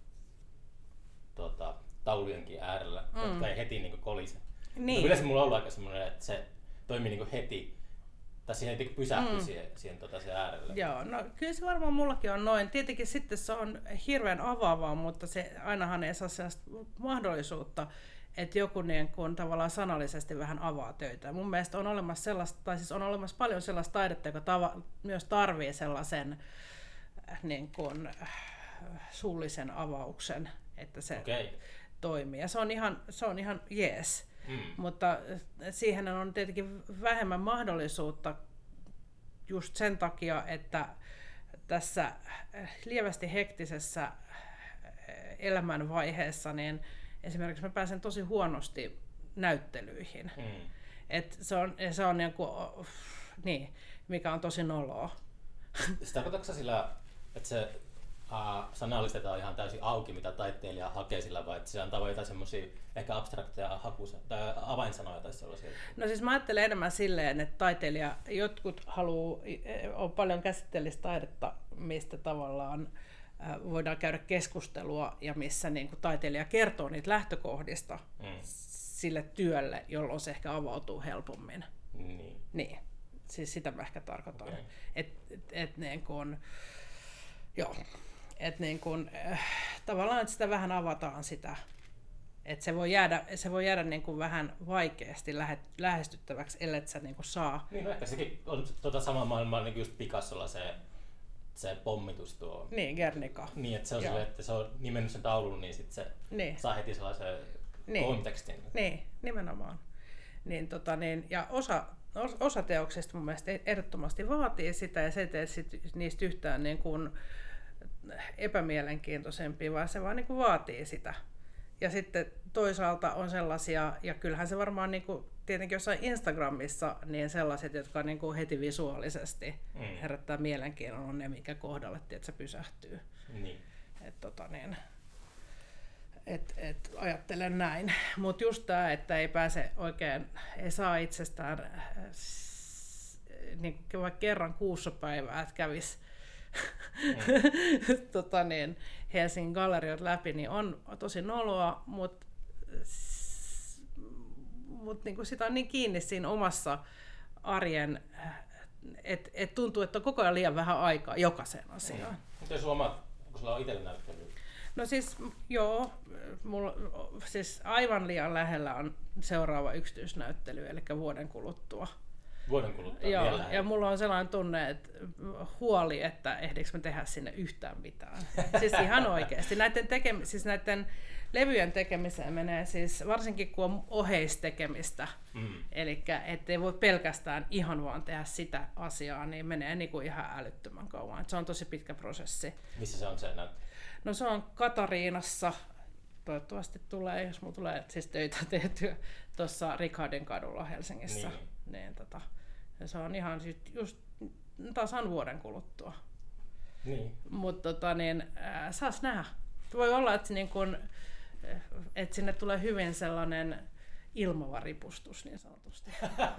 taulujenkin äärellä, jotka ei heti niin kolise. Niin. Yleensä mulla on ollut aika semmoinen, että se toimii niin heti, tai siihen heti pysähtyy siihen äärelle. Joo, no kyllä se varmaan mullakin on noin. Tietenkin sitten se on hirveän avaavaa, mutta se ainahan ei saa sellaista mahdollisuutta, että joku niin kun tavallaan sanallisesti vähän avaa töitä. Mun mielestä on olemassa sellaista, tai siis on olemassa paljon sellaista taidetta, joka myös tarvii sellaisen niin kun, suullisen avauksen, että se toimii. Ja se on ihan jees. Mutta siihen on tietenkin vähemmän mahdollisuutta just sen takia, että tässä lievästi hektisessä elämänvaiheessa niin esimerkiksi mä pääsen tosi huonosti näyttelyihin. Et se on niin, mikä on tosi noloa. Tarkoitatko sillä, että se sanallistetaan ihan täysin auki, mitä taiteilija hakee sillä, vai että se antaa jotain semmoisia ehkä abstrakteja tai avainsanoja tai sellaisia? No siis mä ajattelen enemmän silleen, että taiteilija, jotkut on paljon käsitteellistä taidetta, mistä tavallaan voidaan käydä keskustelua ja missä niin kuin taiteilija kertoo niitä lähtökohdista sille työlle, jolloin se ehkä avautuu helpommin. Niin. Siis sitä mä ehkä tarkoitan. Tavallaan että sitä vähän avataan sitä. Että se voi jäädä niin kuin vähän vaikeasti lähestyttäväksi, ellei sä niin kuin saa. Niin, no ehkä sekin on samaa maailmaa niin just Picassolla se pommitus tuo. Niin, Guernica. Niin, että se on sille, että se on nimennyt sen taulun, niin sitten se saa heti sellaisen kontekstin. Niin, nimenomaan. Ja osa teoksista mun mielestä ehdottomasti vaatii sitä, ja se ei tee niistä yhtään niin kuin epämielenkiintoisempia, vaan se vaan niin kuin vaatii sitä. Ja sitten toisaalta on sellaisia, ja kyllähän se varmaan niin kuin, tietenkin jossain Instagramissa, niin sellaiset, jotka niin kuin heti visuaalisesti herättää mielenkiinnon, on ne, mikä kohdalle se pysähtyy. Niin. Ajattelen näin. Mutta just tämä, että ei saa itsestään niin vaikka kerran kuussa päivää, että kävisi Helsingin galleriot läpi, niin on tosi noloa, mutta niin sitä on niin kiinni siinä omassa arjen, että tuntuu, että on koko ajan liian vähän aikaa jokaiseen asiaan. Mutta jos huomaat, kun sulla on itsellä näyttelyä? No siis joo, siis aivan liian lähellä on seuraava yksityisnäyttely, eli vuoden kuluttua. Vuoden kuluttua? Joo, ja mulla on sellainen tunne, että huoli, että ehdikö me tehdä sinne yhtään mitään. Siis ihan oikeasti. Näiden levyjen tekemiseen menee siis, varsinkin kun on oheistekemistä, eli ettei voi pelkästään ihan vaan tehdä sitä asiaa, niin menee niinku ihan älyttömän kauan. Et se on tosi pitkä prosessi. Missä se on se näyttely? No se on Katariinassa. Toivottavasti tulee, jos mulla tulee siis töitä tehtyä tuossa Rikardin kadulla Helsingissä. Niin, ja se on ihan just tasan vuoden kuluttua. Niin. Mutta saas nähdä. Voi olla, että, että sinne tulee hyvin sellainen ilmava ripustus niin sanotusti.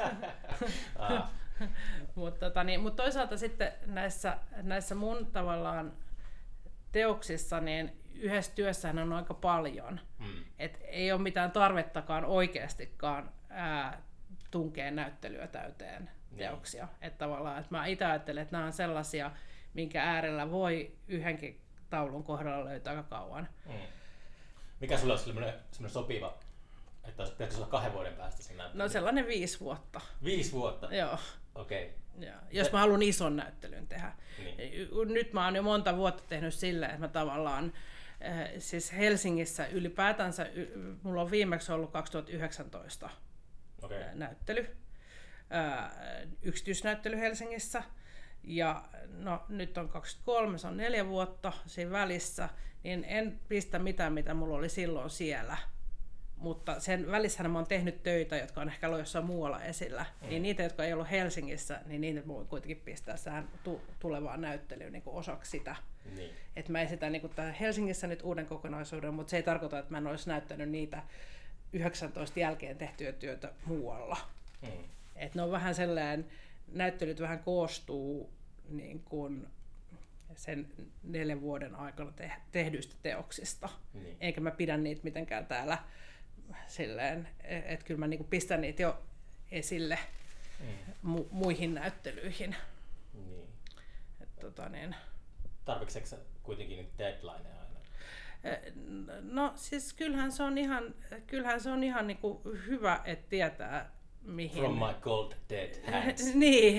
Mutta toisaalta sitten näissä mun tavallaan teoksissa, niin yhdessä työssähän on aika paljon. Et ei ole mitään tarvettakaan oikeastikaan tunkea näyttelyä täyteen teoksia. Että tavallaan, että mä itse ajattelen, että nämä on sellaisia, minkä äärellä voi yhdenkin taulun kohdalla löytää aika kauan. Mikä sulla olisi sellainen sopiva, että pitäisikö sulla 2 vuoden päästä sen näyttely? No sellainen 5 vuotta. 5 vuotta? Joo. Okei. Jos mä haluan ison näyttelyn tehdä. Nyt mä oon jo monta vuotta tehnyt silleen, että mä tavallaan siis Helsingissä ylipäätänsä, mulla on viimeksi ollut 2019 näyttely, yksityisnäyttely Helsingissä, ja no, nyt on 23, se on 4 vuotta siinä välissä, niin en pistä mitään, mitä mulla oli silloin siellä. Mutta sen välissähän mä oon tehnyt töitä, jotka on ehkä ollut jossain muualla esillä. Niin niitä, jotka ei ollut Helsingissä, niin niitä voi kuitenkin pistää tähän tulevaan näyttelyyn niin kuin osaksi sitä. Niin. Että mä esitän niin kuin Helsingissä nyt uuden kokonaisuuden, mutta se ei tarkoita, että mä en olisi näyttänyt niitä 19 jälkeen tehtyä työtä muualla. Että ne on vähän sellainen, näyttelyt vähän koostuu niin kuin sen 4 vuoden aikana tehdyistä teoksista. Niin. Eikä mä pidä niitä mitenkään täällä silleen, että kyllä mä niinku pistän niitä jo esille muihin näyttelyihin. Niin. Tarvitseeko sä kuitenkin niitä deadlineja aina? No siis kyllähän se on ihan niinku hyvä, että tietää mihin. From my cold dead hands.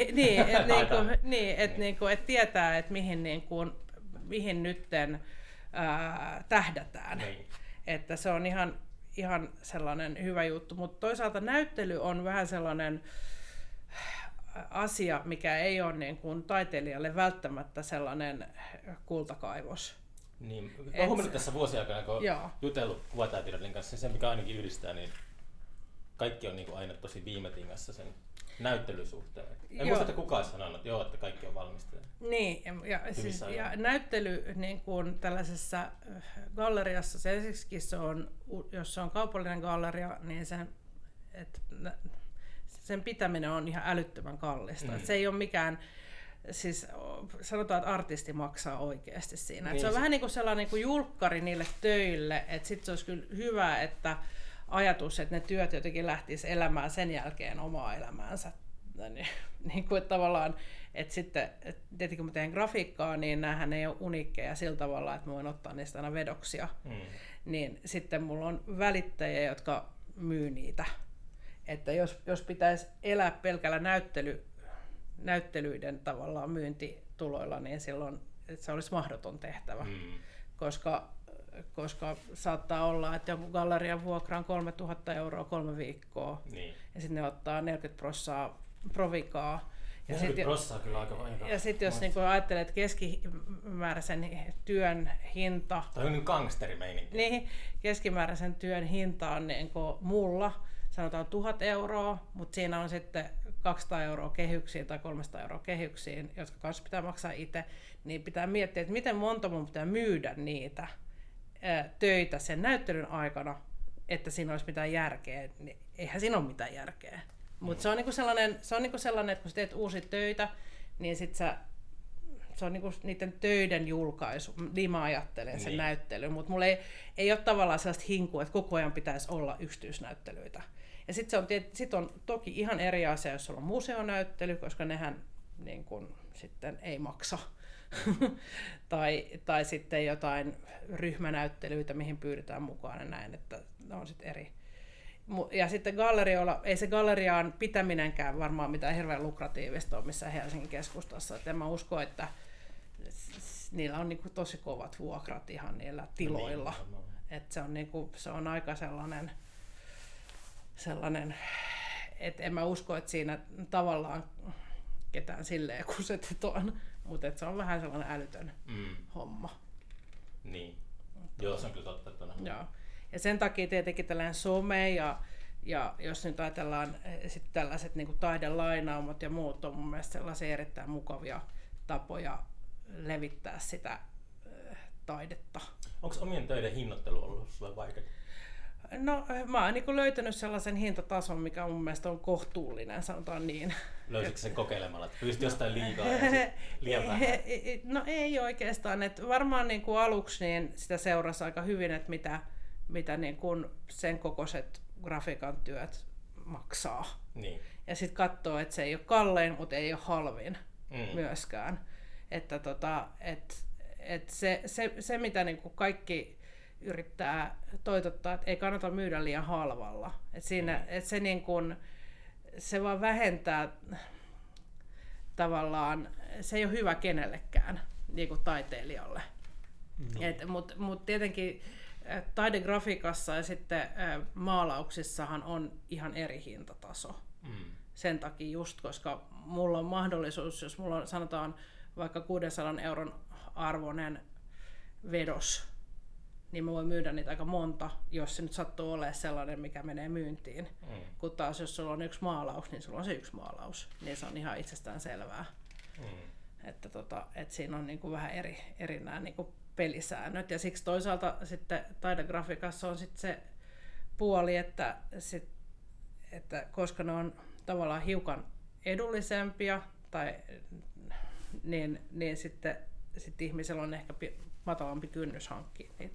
Et tietää, että mihin nytten tähdätään. Niin. Että se on ihan sellainen hyvä juttu, mutta toisaalta näyttely on vähän sellainen asia, mikä ei ole niin kuin taiteilijalle välttämättä sellainen kultakaivos. Niin, olen huomannut tässä vuosien aikana, kun olen jutellut kuvataiteilijoiden kanssa, se mikä ainakin yhdistää, niin kaikki on niin kuin aina tosi viime tingassa sen näyttelysuhteen. En muista, että kukaan sanonut, että kaikki on valmista. Niin, ja näyttely niin kuin tällaisessa galleriassa, se on, jos se on kaupallinen galleria, niin sen pitäminen on ihan älyttömän kallista. Se ei ole mikään, siis sanotaan, että artisti maksaa oikeasti siinä. Niin, se on vähän niin kuin sellainen niin kuin julkkari niille töille, että sitten se olisi kyllä hyvä, että ajatus, että ne työt jotenkin lähtisi elämään sen jälkeen omaa elämäänsä. Niin kuin, että tavallaan, että sitten, tietenkin kun mä teen grafiikkaa, niin näähän ei ole uniikkeja sillä tavalla, että mä voin ottaa niistä aina vedoksia. Niin sitten mulla on välittäjiä, jotka myy niitä. Että jos pitäisi elää pelkällä näyttelyiden tavallaan myyntituloilla, niin silloin että se olisi mahdoton tehtävä. Koska saattaa olla, että joku gallerian vuokra on 3 000 euroa 3 viikkoa, ja sitten ne ottaa 40% provikaa. Ja 40% on kyllä aika vaikea. Ja sitten jos niin ajattelet, että keskimääräisen työn hinta... Tämä on niin gangsterimeininki. Niin, keskimääräisen työn hinta on niin mulla, sanotaan 1 000 euroa, mutta siinä on sitten 200 euroa kehyksiin tai 300 euroa kehyksiin, jotka kanssa pitää maksaa itse, niin pitää miettiä, että miten monta mun pitää myydä niitä töitä sen näyttelyn aikana, että siinä olisi mitään järkeä. Eihän siinä ole mitään järkeä. Mutta se on niinku sellainen, että kun sä teet uusia töitä, niin sit se on niinku niiden töiden julkaisu. Niin mä ajattelen sen näyttelyn, mutta mulla ei ole tavallaan sellaista hinkua, että koko ajan pitäisi olla yksityisnäyttelyitä. Ja sit on toki ihan eri asia, jos on museonäyttely, koska nehän niin kun, sitten ei maksa. tai sitten jotain ryhmänäyttelyitä, mihin pyydetään mukaan ja näin, että ne on sitten eri. Ja sitten gallerioilla, ei se galleriaan pitäminenkään varmaan mitään hirveän lukratiivista ole missään Helsingin keskustassa. Et en mä usko, että niillä on niinku tosi kovat vuokrat ihan niillä tiloilla. Et se on aika sellainen, että en mä usko, että siinä tavallaan ketään silleen kusetetaan, mutta se on vähän sellainen älytön homma. Niin. Joo, se on kyllä totta. Joo. Ja sen takia tietenkin tällainen some ja jos nyt ajatellaan sitten tällaiset niin kuin taidelainaamat ja muut on mun mielestä sellaisia erittäin mukavia tapoja levittää sitä taidetta. Onko omien töiden hinnoittelu ollut sulle vaikeaa? No mä oon niin löytänyt sellaisen hintatason, mikä mun mielestä on kohtuullinen, sanotaan niin. Löysitkö sen kokeilemalla, että pyysit jostain liikaa ja liian vähän? No ei oikeastaan. Että varmaan niin kuin aluksi niin sitä seurasi aika hyvin, että mitä niin kuin sen kokoiset grafiikan työt maksaa. Niin. Ja sitten katsoo, että se ei ole kallein, mutta ei ole halvin myöskään. Että se mitä niin kuin kaikki yrittää toitottaa, että ei kannata myydä liian halvalla. Että siinä, että se, niin kuin, se vaan vähentää tavallaan, se ei ole hyvä kenellekään niin kuin taiteilijalle. Mutta tietenkin taidegrafiikassa ja sitten maalauksissahan on ihan eri hintataso. Sen takia just, koska mulla on mahdollisuus, jos mulla on sanotaan vaikka 600 euron arvoinen vedos, niin mä voin myydä niitä aika monta, jos se nyt sattuu olemaan sellainen, mikä menee myyntiin. Kun taas jos sulla on yksi maalaus, niin sulla on se yksi maalaus. Niin se on ihan itsestään selvää. Että siinä on niinku vähän eri nämä niinku pelisäännöt. Ja siksi toisaalta sitten taidegrafiikassa on sitten se puoli, että koska ne on tavallaan hiukan edullisempia, niin sitten ihmisellä on ehkä matalampi kynnys hankkia niitä.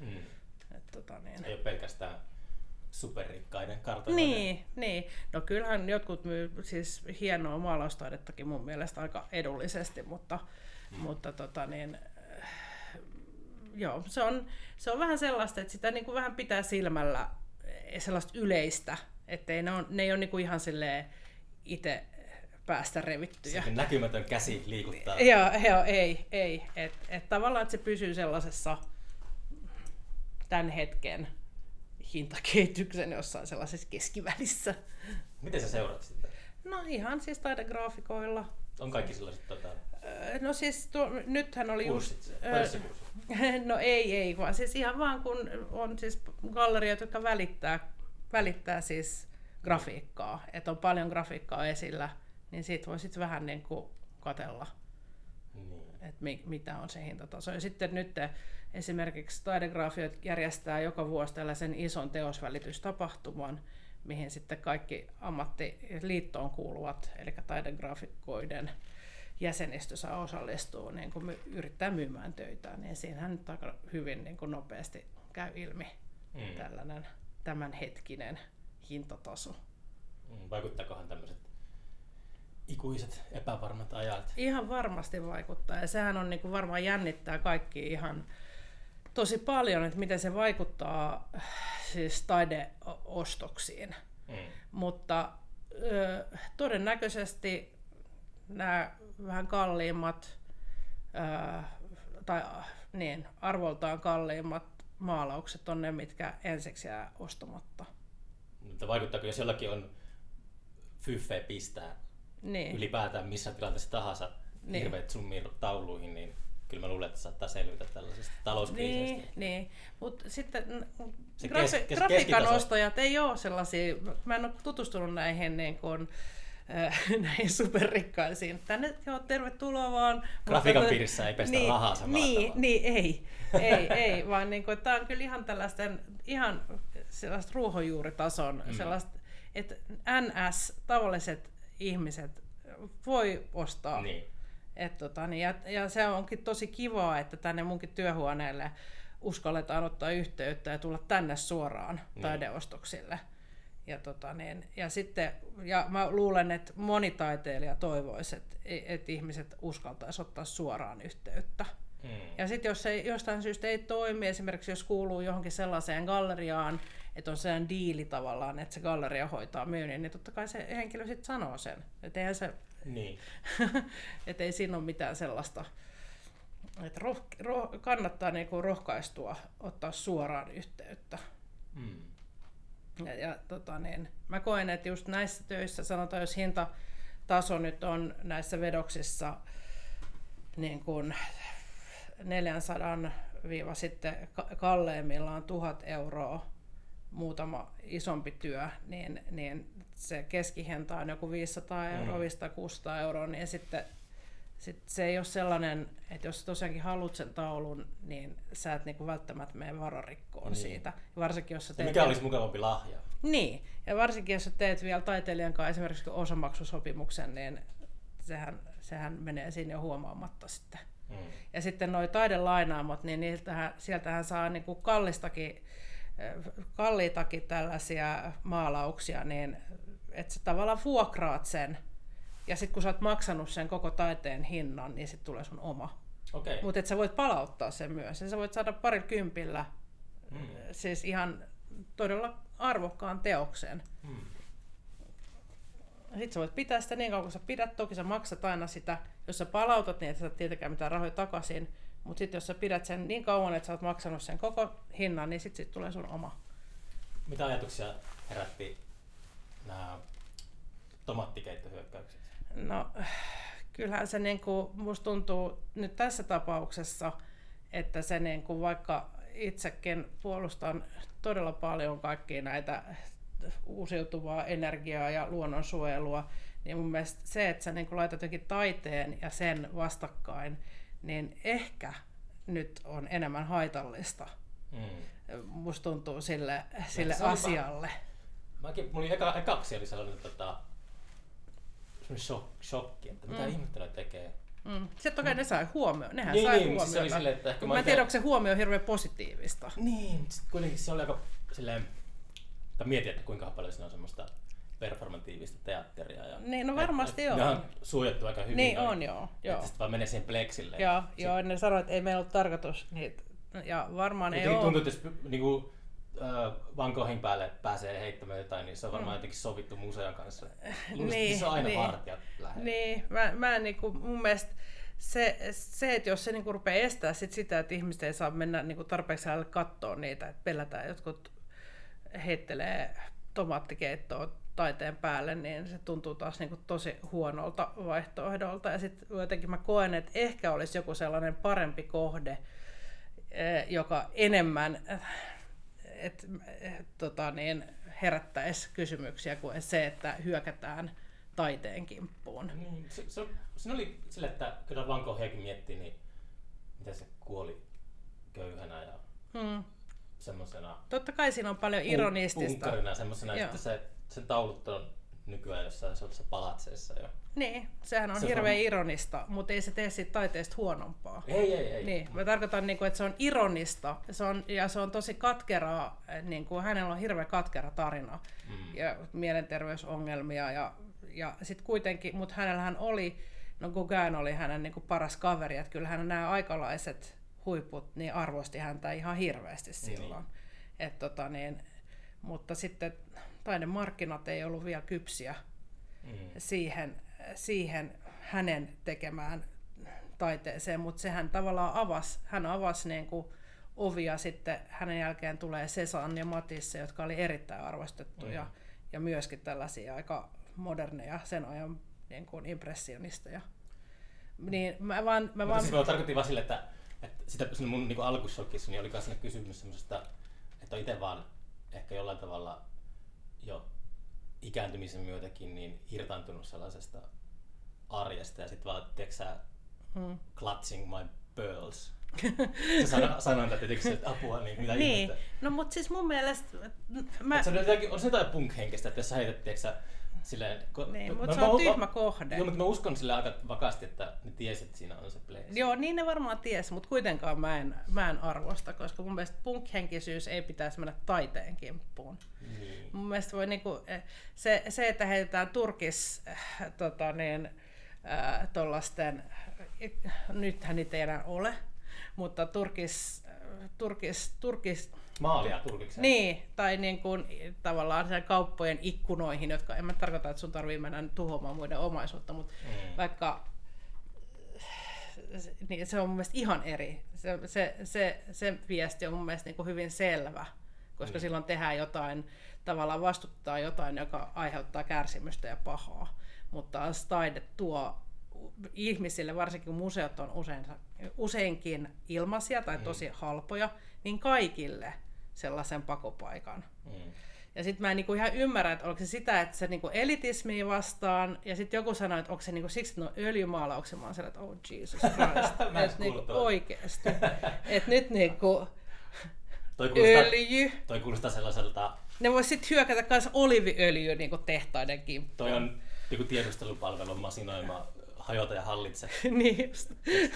Ei ole pelkästään superrikkaiden kartanoiden. Niin. No kyllähän jotkut myy siis hienoa maalaustaidettakin mun mielestä aika edullisesti, mutta joo, se on vähän sellaista, että sitä niin kuin vähän pitää silmällä sellaista yleistä, ettei ne ei ole niin kuin ihan silleen itse päästä revittyjä. Se näkymätön käsi liikuttaa. Joo, ei. Et tavallaan, että se pysyy sellaisessa tämän hetken hintakehityksen jossain sellaisessa keskivälissä. Miten sä seuraat sitä? No ihan siis taidegraafikoilla. On kaikki sellaiset No siis nythän oli kurssit, no ei, vaan siis ihan vaan kun on siis galleriat, jotka välittää siis grafiikkaa, että on paljon grafiikkaa esillä, niin siitä voi sitten vähän niin kuin katsella, että mitä on se hintataso. Ja sitten nyt esimerkiksi taidegraafiot järjestää joka vuosi tällaisen ison teosvälitystapahtuman, mihin sitten kaikki ammattiliittoon kuuluvat, eli taidegraafikoiden jäsenistö saa osallistua, niin kun yrittää myymään töitään, niin siinähän nyt aika hyvin niin kun nopeasti käy ilmi tällainen tämänhetkinen hintataso. Vaikuttaakohan tämmöiset ikuiset epävarmat ajat? Ihan varmasti vaikuttaa, ja sehän on niin kun varmaan jännittää kaikki ihan tosi paljon, että miten se vaikuttaa siis taideostoksiin. Mutta todennäköisesti nämä vähän kalliimmat tai niin, arvoltaan kalliimmat maalaukset on ne, mitkä ensiksi jää ostamatta. Mutta vaikuttaako, jos jollakin on fyffeä pistää ylipäätään missä tilanteessa tahansa hirveät summia tauluihin, niin kyllä mä luulen, että saattaa selvitä tällaisesta talouskriisistä. Niin. Mutta sitten grafiikan ostajat ei ole sellaisia, mä en ole tutustunut näihin niin kuin, näihin superrikkaisiin. Tänne tervetuloa vaan. Grafiikan piirissä ei pestä rahaa samalla tavalla. Niin, ei, vaan niin kuin, tämä on kyllä ihan tällaisten, ihan sellaista ruohonjuuritason, sellaista, että NS-tavalliset ihmiset voi ostaa. Niin. Ja se onkin tosi kivaa, että tänne munkin työhuoneelle uskalletaan ottaa yhteyttä ja tulla tänne suoraan taideostoksille. Ja mä luulen, että moni taiteilija toivoisi, että ihmiset uskaltaisi ottaa suoraan yhteyttä. Ja sitten jos se jostain syystä ei toimi, esimerkiksi jos kuuluu johonkin sellaiseen galleriaan, että on sellainen diili tavallaan, että se galleria hoitaa myynnin, niin totta kai se henkilö sitten sanoo sen. Että eihän se, että ei siinä ole mitään sellaista. Että kannattaa niinku rohkaistua ottaa suoraan yhteyttä. Mä koen, että just näissä töissä, sanotaan jos hintataso nyt on näissä vedoksissa niin kuin 400 sitten kalleimmillaan 1000 euroa muutama isompi työ, niin se keskihinta on joku 500 euroa, 500-600 euroa, niin sitten se ei ole sellainen, että jos tosiaankin haluat sen taulun, niin sä et niinku välttämättä mene vararikkoon siitä. Varsinkin, jos sä teet mikä olisi mukavampi lahja? Niin, ja varsinkin jos sä teet vielä taiteilijan kanssa esimerkiksi osamaksusopimuksen, niin sehän menee siinä jo huomaamatta sitten. Ja sitten nuo taidelainaamot, niin sieltähän saa niinku kalliitakin tällaisia maalauksia, niin että sä tavallaan vuokraat sen. Ja sitten kun sä oot maksanut sen koko taiteen hinnan, niin sitten tulee sun oma. Mutta sä voit palauttaa sen myös. Ja sä voit saada $20 siis ihan todella arvokkaan teoksen. Sitten sä voit pitää sitä niin kauan kuin sä pidät. Toki sä maksat aina sitä, jos sä palautat, niin et sä saat tietenkään mitään rahoja takaisin. Mutta sitten jos sä pidät sen niin kauan, että sä oot maksanut sen koko hinnan, niin sitten tulee sun oma. Mitä ajatuksia herätti nämä tomattikeittohyökkäykset? No, kyllähän se niinku, musta tuntuu nyt tässä tapauksessa, että se niinku, vaikka itsekin puolustan todella paljon kaikkia näitä uusiutuvaa energiaa ja luonnonsuojelua, niin mun mielestä se, että sä niinku laitat jokin taiteen ja sen vastakkain, niin ehkä nyt on enemmän haitallista. Musta tuntuu sille asialle. Mulla oli ekaksi oli sellainen shokki, että mitä ihmettä ne tekee. Se toki ne sai huomioon. Nehän sai huomioon. Siis se oli silleen, että mä en tiedä, onko se huomio hirveän positiivista. Niin, sitten kuitenkin se oli aika silleen, että mietin, että kuinka paljon siinä on semmoista performatiivista teatteria. Ja niin, no varmasti on. Ne on suojattu aika hyvin. Niin on, joo. Että sitten vaan menee siihen pleksille. Joo, ne sanoi, että ei meillä ollut tarkoitus niitä Ja varmaan ei tuntuu, että jos niinku, Van Goghin päälle pääsee heittämään jotain, niin se on varmaan jotenkin sovittu museon kanssa. Niin, se on aina vartijat lähellä. Niin, mä niinku, mun mielestä se, että jos se niinku rupeaa estää sitä, että ihmiset ei saa mennä niinku tarpeeksi lähelle kattoon niitä, että pelätään jotkut heittelee tomaattikeittoa taiteen päälle, niin se tuntuu taas niinku tosi huonolta vaihtoehdolta. Ja sitten jotenkin mä koen, että ehkä olisi joku sellainen parempi kohde, joka enemmän herättäisi kysymyksiä kuin se, että hyökätään taiteen kimppuun. Niin, se oli sille, että kyllä Van Goghiakin miettii, niin miten se kuoli köyhänä ja semmosena... Totta kai siinä on paljon ironistista. Punkkarina semmosena, että sen taulut on nykyään jossain sellaisessa palatseissa jo. Niin, sehän on hirveän ironista, mutta ei se tee siitä taiteesta huonompaa. Ei. Niin, mä tarkoitan, että se on ironista se on tosi katkeraa, hänellä on hirveän katkera tarina ja mielenterveysongelmia ja sitten kuitenkin, mutta hänellähän oli, Gauguin oli hänen paras kaveri, että kyllähän nämä aikalaiset huiput niin arvosti häntä ihan hirveästi silloin. Mutta sitten taidemarkkinat ei ollut vielä kypsiä siihen hänen tekemään taiteeseen, mutta sehän tavallaan avasi niin kuin ovia sitten, hänen jälkeen tulee Cézanne ja Matisse, jotka oli erittäin arvostettuja ja myöskin tällaisia aika moderneja sen ajan niin kuin impressionisteja. Niin mä tarkoitin vaan sille, että sitä mun niin alkushokissa niin oli myös kysymys semmoisesta, että on itse vaan ehkä jollain tavalla jo ikääntymisen myötäkin niin irtaantunut sellaisesta arjesta ja sitten vaan, tiedätkö clutching my pearls. Sanoin tätä tietysti, että apua, niin mitä ihmettä. No mut siis mun mielestä... On se jotain punk-henkistä, että jos sä heität, tiedätkö silleen... Niin, mutta se on tyhmä kohde. Joo, mutta mä uskon sille aika vakaasti, että ne tiesi, että siinä on se place. Joo, niin ne varmaan tiesi, mutta kuitenkaan mä en arvosta, koska mun mielestä punk-henkisyys ei pitäisi mennä taiteen kimppuun. Niin. Mun mielestä voi niinku, se että heitetään turkis tollasten, nythän niitä ei enää ole, mutta turkis maalia turkikseen. Niin, tai niin kuin, tavallaan kauppojen ikkunoihin, jotka en mä tarkoita, että sun tarvii mennä tuhoamaan muiden omaisuutta, mutta vaikka niin se on mun mielestä ihan eri. Se viesti on mun mielestä niin kuin hyvin selvä, koska silloin tehdään jotain, tavallaan vastuttaa jotain, joka aiheuttaa kärsimystä ja pahaa, mutta taas taide tuo ihmisille, varsinkin kun museot on useinkin ilmaisia tai tosi halpoja, niin kaikille sellaisen pakopaikan. Ja sitten mä en niinku ihan ymmärrä, että onko se sitä, että se niinku elitismiä vastaan, ja sitten joku sanoi, että onko se niinku siksi, että ne on öljymaalauksia. Mä oon sellainen, että oh Jesus Christ, että niinku oikeasti. Että nyt niinku öljy. Toi kuulostaa sellaiselta... Ne vois sitten hyökätä myös oliiviöljyä niinku tehtaiden kimppuun. Toi on niinku tiedustelupalvelun masinoima hajota ja hallitse. Niin just.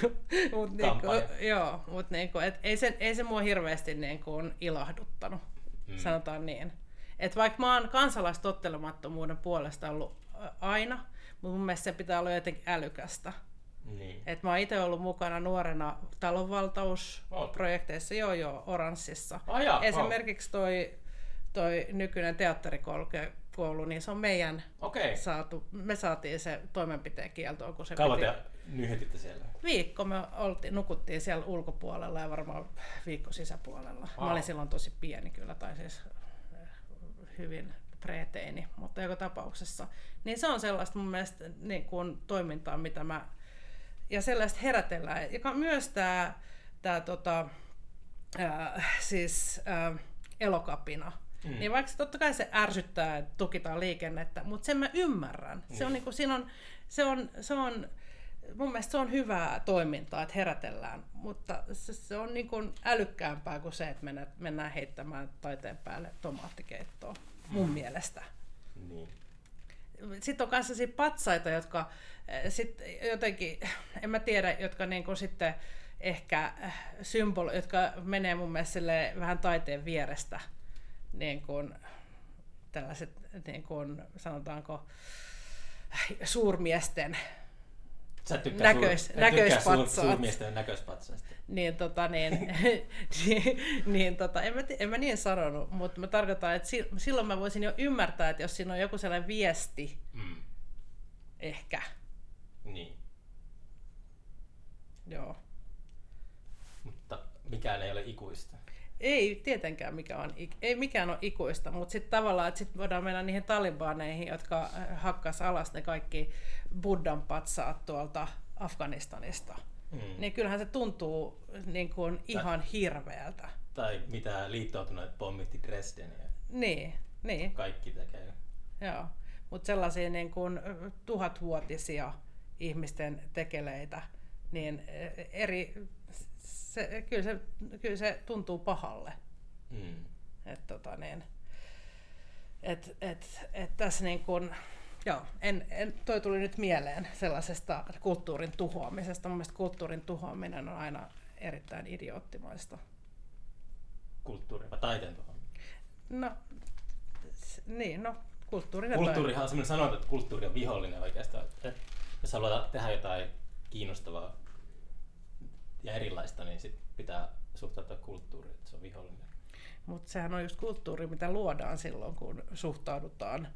Mut niinku, ei se mua hirveästi niinku ilahduttanut, sanotaan niin. Et vaikka mä oon kansalaistottelemattomuuden puolesta ollut aina, mutta mun mielestä se pitää olla jotenkin älykästä. Niin. Et mä oon itse ollut mukana nuorena talonvaltausprojekteissa, Oranssissa. Esimerkiksi toi nykyinen teatterikoulu, niin se on meidän saatu. Me saatiin se toimenpiteen kieltoa, kun se kauan te nyhetitte siellä? Viikko me nukuttiin siellä ulkopuolella ja varmaan viikko sisäpuolella. Mä olin silloin tosi pieni kyllä, tai siis hyvin preteini, mutta joka tapauksessa. Niin se on sellaista mun mielestä niin kuin toimintaa, mitä mä... Ja sellaista herätellään. Ja myös tää Elokapina. Niin vaikka totta kai se ärsyttää, että tukitaan liikennettä, mutta sen mä ymmärrän. Se on niinku, se on mun mielestä se on hyvää toimintaa, että herätellään, mutta se on niinku älykkäämpää kuin se, että mennään heittämään taiteen päälle tomaattikeittoa, mun mielestä. Niin. Sitten on myös sellaisia patsaita, jotka sitten jotenkin, en mä tiedä, jotka niinku sitten ehkä jotka menee mun mielestä vähän taiteen vierestä. Niin kuin tällaiset, niin kuin, sanotaanko, suurmiesten näköispatsaat. Suurmiesten näköispatsaista. En mä niin sanonut, mutta mä tarkoitan, että silloin mä voisin jo ymmärtää, että jos siinä on joku sellainen viesti, ehkä. Niin. Joo. Mutta mikään ei ole ikuista. Ei tietenkään mikään on ikuista, mutta sitten tavallaan, että sit voidaan mennä niihin talibaneihin, jotka hakkas alas ne kaikki Buddhan patsaat tuolta Afganistanista. Niin kyllähän se tuntuu niin kuin ihan hirveältä. Tai mitä liittoutuneet pommitti Dresdeniä. Niin. Kaikki tekee. Joo, mutta sellaisia niin kuin 1000-vuotisia ihmisten tekeleitä, niin kyllä se tuntuu pahalle. Tässä niin kuin, joo, toi tuli nyt mieleen sellaisesta kulttuurin tuhoamisesta. Mun mielestä kulttuurin tuhoaminen on aina erittäin idioottimaista. Kulttuurin vai taiteen tuhoaminen? Kulttuurihan on sellainen sanonta, että kulttuuri on vihollinen oikeastaan. Jos haluaa tehdä jotain kiinnostavaa ja erilaista, niin sit pitää suhtautua kulttuuriin, että se on vihollinen. Mutta sehän on just kulttuuri, mitä luodaan silloin, kun suhtaudutaan,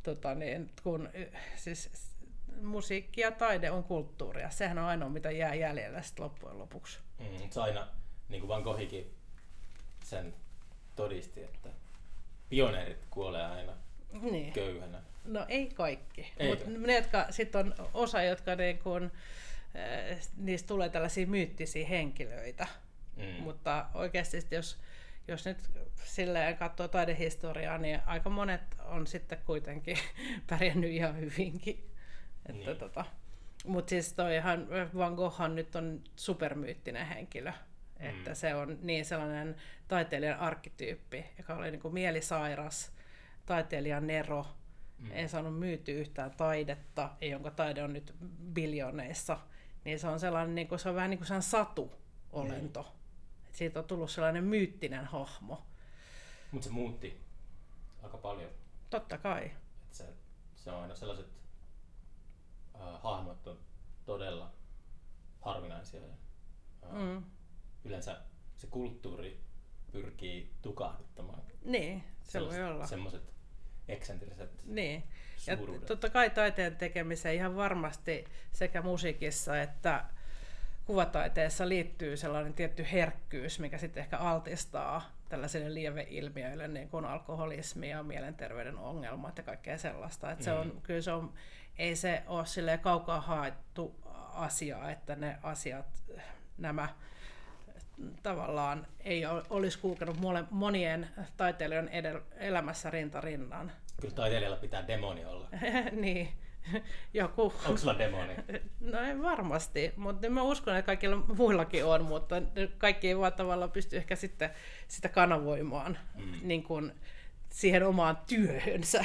siis musiikki ja taide on kulttuuria. Sehän on ainoa, mitä jää jäljellä sit loppujen lopuksi. Se aina, niin kuin Van Goghikin sen todisti, että pioneerit kuolee aina köyhänä. No ei kaikki, mutta ne, jotka sit on osa, jotka niin kun, niistä tulee tällaisia myyttisiä henkilöitä, mutta oikeasti jos nyt silleen katsoo taidehistoriaa, niin aika monet on sitten kuitenkin pärjännyt ihan hyvinkin. Mutta siis toihan Van Goghhan nyt on supermyyttinen henkilö, että se on niin sellainen taiteilijan arkkityyppi, joka oli niin kuin mielisairas, taiteilijan nero, ei saanut myytyä yhtään taidetta, jonka taide on nyt biljoneissa, niin se on sellainen, niin kuin, se on vähän niin kuin sellainen satu-olento. Siitä on tullut sellainen myyttinen hahmo. Mutta se muutti aika paljon. Totta kai. Se on aina sellaiset hahmot on todella harvinaisia. Yleensä se kulttuuri pyrkii tukahduttamaan. Niin, se voi olla. Semmoiset eksentriset suuruudet. Ja totta kai taiteen tekemiseen ihan varmasti sekä musiikissa että kuvataiteessa liittyy sellainen tietty herkkyys, mikä sitten ehkä altistaa tällaisille lieveilmiöille, niin kuin alkoholismi ja mielenterveyden ongelmat ja kaikkea sellaista. Että ei se ole silleen kaukaa haettu asia, että ne asiat, nämä tavallaan ei olisi kulkenut monien taiteilijoiden elämässä rinta rinnan. Kyllä taiteilijalla pitää demoni olla. Niin. Joku. Onko sulla demoni? No ei varmasti, mutta mä uskon, että kaikilla muillakin on, mutta kaikki ei vaan tavallaan pysty ehkä sitten sitä kanavoimaan niin kuin siihen omaan työhönsä.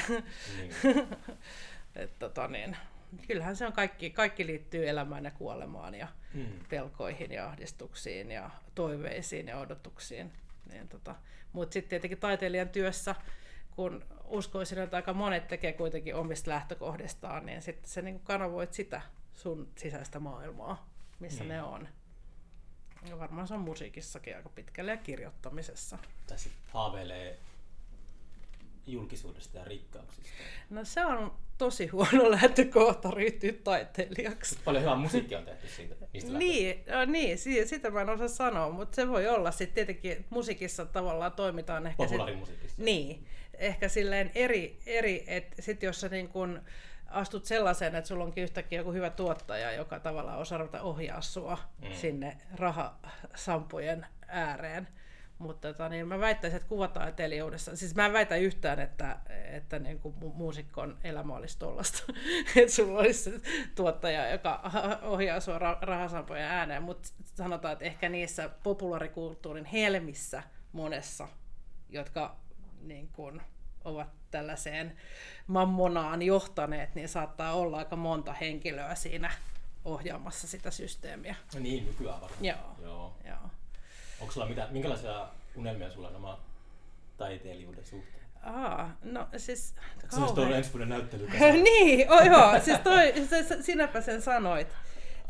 Niin. Kyllähän se on kaikki liittyy elämään ja kuolemaan ja pelkoihin ja ahdistuksiin ja toiveisiin ja odotuksiin. Niin, mutta sitten tietenkin taiteilijan työssä, kun uskoisin, että aika monet tekee kuitenkin omista lähtökohdistaan, niin sitten sä niin kanavoit sitä sun sisäistä maailmaa, missä ne on. Ja varmaan se on musiikissakin aika pitkälle ja kirjoittamisessa. Tai sitten haaveilee julkisuudesta ja rikkauksista. No se on tosi huono lähtökohta ryhtyä taiteilijaksi. Paljon hyvää musiikkia on tehty siitä. Niin, sitä mä en osaa sanoa, mutta se voi olla sitten tietenkin musiikissa tavallaan toimitaan ehkä populaarimusiikissa. Niin, ehkä silleen eri että sitten jos sä niin kun astut sellaiseen, että sulla onkin yhtäkkiä joku hyvä tuottaja, joka tavallaan osaa ruveta ohjaa sua sinne rahasampujen ääreen. Mutta niin mä väittäisin, että kuvataiteilijuudessa, siis mä en väitä yhtään, että niin kuin muusikon elämä olisi tollaista, että sulla olisi tuottaja, joka ohjaa sua rahasampojen ääneen, mutta sanotaan, että ehkä niissä populaarikulttuurin helmissä monessa, jotka niin kuin ovat tällaiseen mammonaan johtaneet, niin saattaa olla aika monta henkilöä siinä ohjaamassa sitä systeemiä. Niin, nykyään varmaan. Joo. Onko sulla minkälaisia unelmia sulla on oma taiteilijuuden suhteen? No siis Se olisi tuolla ensi vuoden näyttely. Niin, joo, siis sinäpä sen sanoit.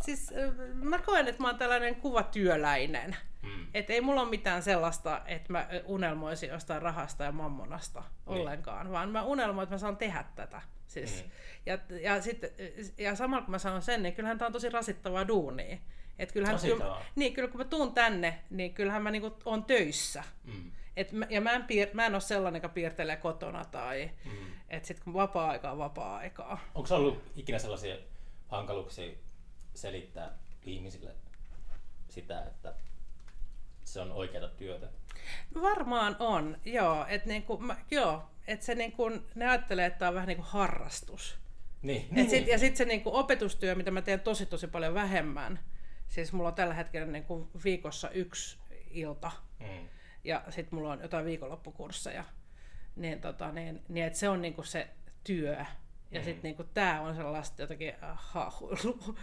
siis mä koen, että mä oon tällainen kuvatyöläinen. Että ei mulla ole mitään sellaista, että mä unelmoisin jostain rahasta ja mammonasta ollenkaan, vaan mä unelmoin, että mä saan tehdä tätä. Siis. Ja samalla kun mä sanon sen, niin kyllähän tää on tosi rasittavaa duunia. Kyllä kun mä tuun tänne, niin kyllähän mä niinku oon töissä. Ja mä en ole sellainen, joka piirtelee kotona tai että sit kun vapaa-aikaa on vapaa-aikaa. Onko ollut ikinä sellaisia hankaluuksia selittää ihmisille sitä, että se on oikeata työtä? Varmaan on, joo. Että se niinku, ne ajattelee, että tämä on vähän niin kuin harrastus. Ja sitten se niinku opetustyö, mitä mä teen tosi paljon vähemmän. Siis mulla on tällä hetkellä niinku viikossa 1 ilta. Ja sitten mulla on jotain viikonloppukursseja. Niin että se on niinku se työ. Ja sitten niinku tää on sellaista jotakin haahuilua.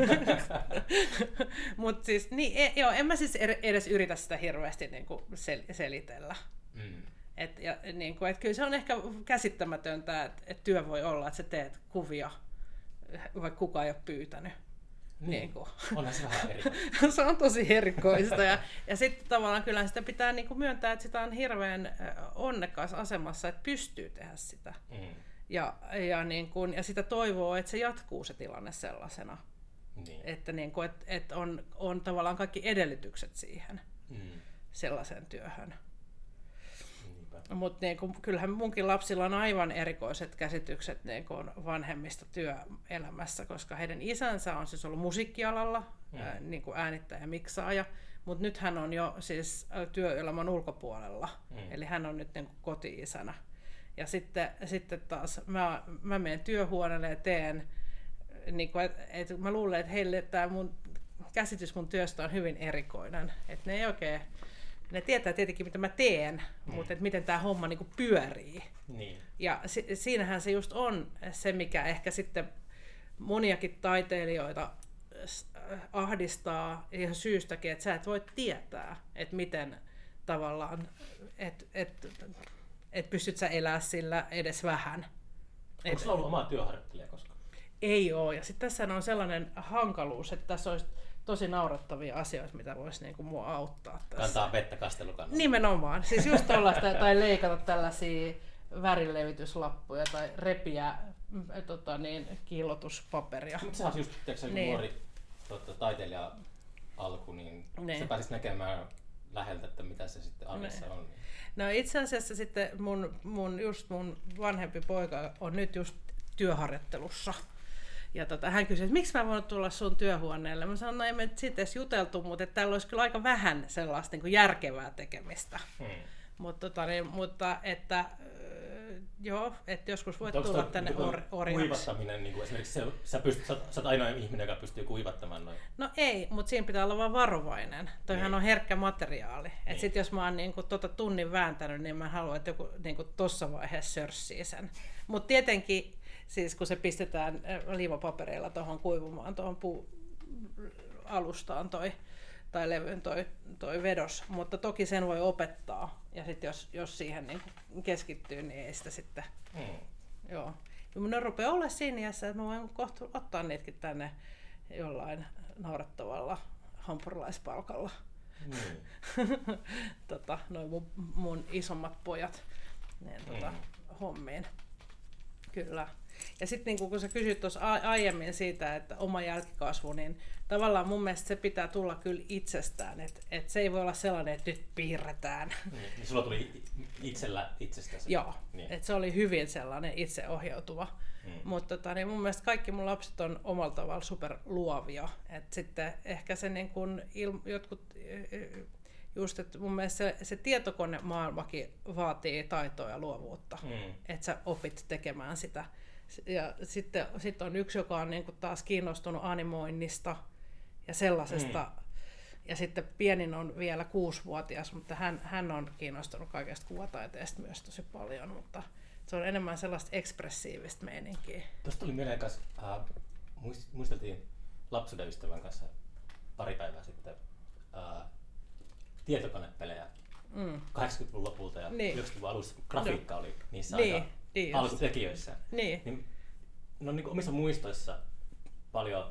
Mut siis en mä siis edes yritä sitä hirveästi niinku selitellä. Et kyllä se on ehkä käsittämätöntä, että työ voi olla, että sä teet kuvia, vaikka kukaan ei ole pyytänyt. Onhan se vähän erikoista. Se on tosi erikoista. Ja sitten tavallaan kyllä sitä pitää niinku myöntää, että sitä on hirveän onnekkaassa asemassa, että pystyy tehdä sitä. Ja sitä toivoo, että se jatkuu se tilanne sellaisena. Että on tavallaan kaikki edellytykset siihen sellaiseen työhön. Mutta kyllähän munkin lapsilla on aivan erikoiset käsitykset vanhemmista työelämässä, koska heidän isänsä on siis ollut musiikkialalla, äänittäjä ja miksaaja, mutta nyt hän on jo siis työelämän ulkopuolella, eli hän on nyt koti-isänä. Ja sitten taas mä menen työhuoneelle ja teen, että mä luulen, että heille tämä mun käsitys mun työstä on hyvin erikoinen, että ne ei oikein. Ne tietää tietenkin, mitä mä teen, mutta miten tämä homma niinku pyörii. Ja siinähän se just on se, mikä ehkä sitten moniakin taiteilijoita ahdistaa ihan syystäkin, että sä et voi tietää, että miten tavallaan, että pystyt sä elää sillä edes vähän. Onko sulla ollut omaa työharjoittelijaa koskaan? Ei ole. Ja sitten tässä on sellainen hankaluus, että tässä olisi tosi naurettavia asioita, mitä voisi niinku mua auttaa tässä. Kantaa vettä kastelukannalla. Nimenomaan. Siis just tollaista, tai leikata tällaisia värilevityslappuja tai repiä kiillotuspaperia. Mutta sehän on just nuori taiteilija alku, niin sä pääsit näkemään läheltä, että mitä se sitten arjessa on. No itse asiassa sitten mun vanhempi poika on nyt just työharjoittelussa. Ja hän kysyi, että miksi mä voin tulla sun työhuoneelle. Mä sanoin, no ei me siitä edes juteltu, mutta että täällä olisi kyllä aika vähän sellaista niin kuin järkevää tekemistä. Mutta että että joskus voit tulla tänne orjaksi. Kuivattaminen, niin kuin esimerkiksi sä oot ainoa ihminen, joka pystyy kuivattamaan noin. No ei, mutta siinä pitää olla vaan varovainen. Toihan on herkkä materiaali. Että sit jos mä oon tunnin vääntänyt, niin mä haluan, että joku tossa vaiheessa sörssii sen. Mutta tietenkin siis kun se pistetään liivapapereilla tuohon kuivumaan tuohon alustaan tai levyn toi vedos, mutta toki sen voi opettaa ja sitten jos siihen niin keskittyy, niin ei sitä sitten. Joo. Ja mun rupeaa olla siinä iässä, että mä voin kohta ottaa niitäkin tänne jollain naurettavalla hampurilaispalkalla. Noin mun isommat pojat hommiin. Kyllä. Ja sitten kun sä kysyt tuossa aiemmin siitä, että oma jälkikasvu, niin tavallaan mun mielestä se pitää tulla kyllä itsestään. Et se ei voi olla sellainen, että nyt piirretään. Niin sulla tuli itsestäsi? Joo, että se oli hyvin sellainen itseohjautuva. Mutta niin mun mielestä kaikki mun lapset on omalla tavalla superluovia. Et sitten ehkä se niin kun jotkut... Just, että mun mielestä se tietokonemaailmakin vaatii taitoa ja luovuutta, että sä opit tekemään sitä. Ja sitten on yksi, joka on niin kuin taas kiinnostunut animoinnista ja sellaisesta. Ja sitten pienin on vielä 6-vuotias, mutta hän on kiinnostunut kaikesta kuvataiteesta myös tosi paljon. Mutta se on enemmän sellaista ekspressiivistä meininkiä. Tuosta tuli mieleen kanssa, muisteltiin lapsuuden ystävän kanssa pari päivää sitten tietokonepelejä 80-luvun lopulta ja 90-luvun alussa, kun grafiikka oli niissä aika alkutekijöissä. Niin, ne on niin omissa muistoissa paljon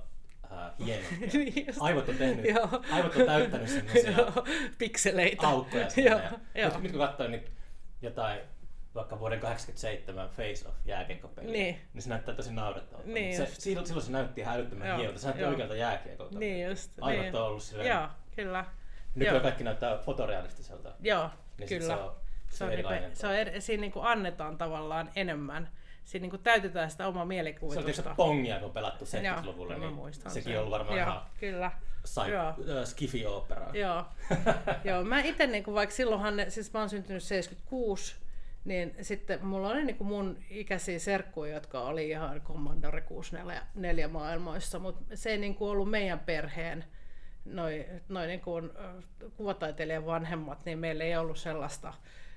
hienompia. Niin Aivot on täyttänyt semmoisia pikseleitä. Aukkoja sinne. Nyt kun katsoo niin jotain vaikka vuoden 1987 Face Off -jääkiekkopeliä, niin se näyttää tosi naurettavalta. Niin silloin se näytti ihan älyttömän hienolta. Se näytti oikealta jääkiekolta. Niin just. Aivot on ollut silleen. Joo, kyllä. Nykyään kaikki näyttää fotorealistiselta. Joo, niin kyllä. Siinä niin kuin annetaan tavallaan enemmän. Siinä niin kuin täytetään sitä omaa mielikuvitusta. Se on pongia, kun on pelattu 70-luvulla, niin sekin on ollut varmaan ihan skifi-oopperaa. Joo, mä itse, niin kuin, vaikka silloinhan, siis mä oon syntynyt 76, niin sitten mulla oli niin kuin mun ikäisiä serkkuja, jotka oli ihan Commodore 64 maailmoissa, mutta se ei niin kuin ollut meidän perheen noi niin kuin kuvataiteilijan vanhemmat, niin meillä ei ollut sellaista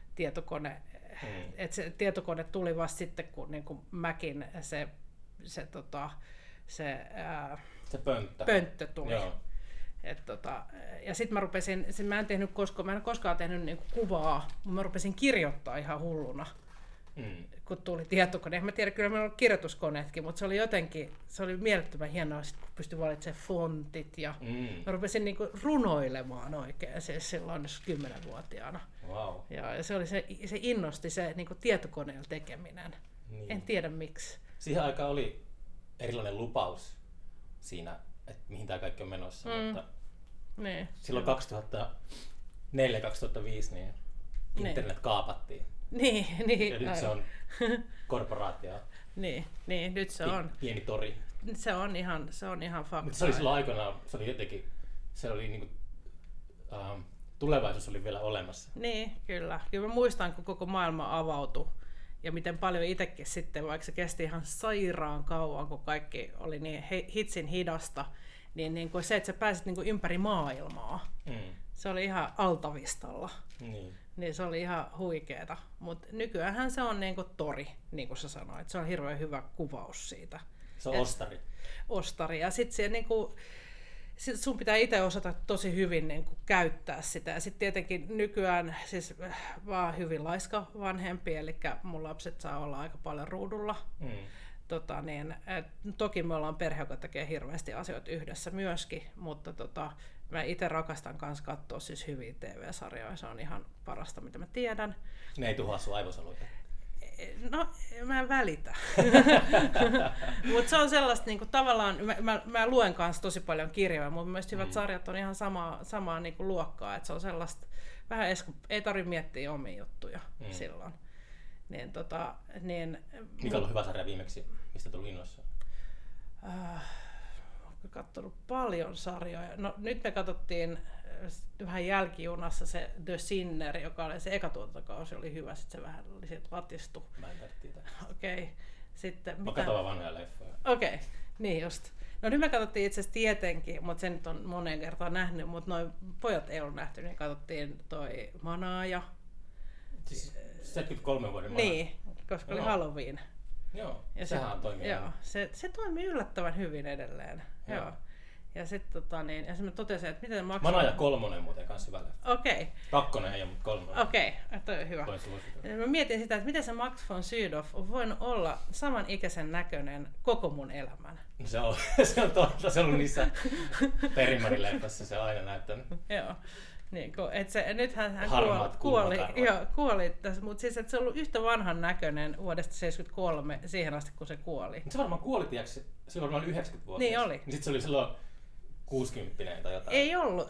että se tietokone tuli vasta sitten, kun niin kuin Macin se pönttö tuli. Joo. Ja sitten mä en koskaan tehnyt niin kuin kuvaa, mutta mä rupesin kirjoittaa ihan hulluna, kun tuli tietokone. En mä tiedä, kyllä meillä oli kirjoituskoneetkin, mutta se oli mielettömän hienoa, kun pystyi valitsemaan fontit ja mä rupesin niin kuin runoilemaan oikein siis silloin 10-vuotiaana. Wow. Ja se innosti se niin kuin tietokoneella tekeminen. Niin. En tiedä miksi. Siihen aikaan oli erilainen lupaus siinä, että mihin tämä kaikki on menossa, mutta silloin 2004-2005 niin internet kaapattiin. Niin. Ja nyt se on korporaatio. Niin, nyt se on. Pieni tori. Se on ihan fakta. Mutta se oli silloin aikanaan, se oli niinku, tulevaisuus oli vielä olemassa. Niin, kyllä. Kyllä mä muistan, kun koko maailma avautui ja miten paljon itsekin sitten, vaikka se kesti ihan sairaan kauan, kun kaikki oli niin hitsin hidasta, niin kuin se, että sä pääsit niin kuin ympäri maailmaa, se oli ihan altavistalla. Niin se oli ihan huikeeta. Mutta nykyäänhän se on niin kuin tori, niin kuin sä sanoit. Se on hirveän hyvä kuvaus siitä. Se on ostari. Ja sitten niin sun pitää itse osata tosi hyvin niin kuin käyttää sitä. Ja sitten tietenkin nykyään siis vaan hyvin laiska vanhempi, eli mun lapset saa olla aika paljon ruudulla. Toki me ollaan perhe, joka tekee hirveästi asioita yhdessä myöskin, mutta mä itse rakastan myös katsoa siis hyviä TV-sarjoja. Se on ihan parasta, mitä mä tiedän. Ne ei tuhoa sun aivosoluja. No, mä en välitä. Mutta se on sellaista, niin kuin, tavallaan, mä luen kanssa tosi paljon kirjoja, mutta mielestäni hyvät sarjat on ihan samaa niin kuin luokkaa, että se on sellaista, vähän ei tarvitse miettiä omia juttuja silloin. Mikä on ollut hyvä sarja viimeksi? Mistä tuli innossa? Olen katsonut paljon sarjoja. No, nyt me katsottiin vähän jälkijunassa se The Sinner, joka oli se eka tuotantokausi, oli hyvä, sitten se vähän oli sieltä latistui. Mä en tiedä. Okei. Sitten mä katson vaan vanhoja leffoja. Okei, niin just. No nyt me katsottiin itse asiassa tietenkin, mutta sen nyt on moneen kertaan nähnyt, mutta noi pojat ei ollut nähty, niin katsottiin toi Manaaja. Siis 73 vuoden Manaaja. Niin, koska oli Halloween. Joo, sehän toimii. Joo, se toimii yllättävän hyvin edelleen. Joo. Ja sitten ja mä totesin, että miten maksaa. Manaaja 3 muuten kanssa hyvä leffa. Okei. 2 ei ole, mutta 3. Okei, toi on hyvä. Mä mietin sitä, että miten se Max von Sydow on voinut olla samanikäisen näköinen koko mun elämän. No se on totta, se on ollut niissä Perimarin-leffassa, se on aina näyttänyt. Joo. Niin, nythän hän kuoli tässä, mutta siis että se on ollut yhtä vanhan näköinen vuodesta 1973 siihen asti, kun se kuoli. Se varmaan kuoli, tiedätkö, silloin oli 90-vuotias. Niin oli. Sitten se oli silloin 60 tai jotain. Ei ollut,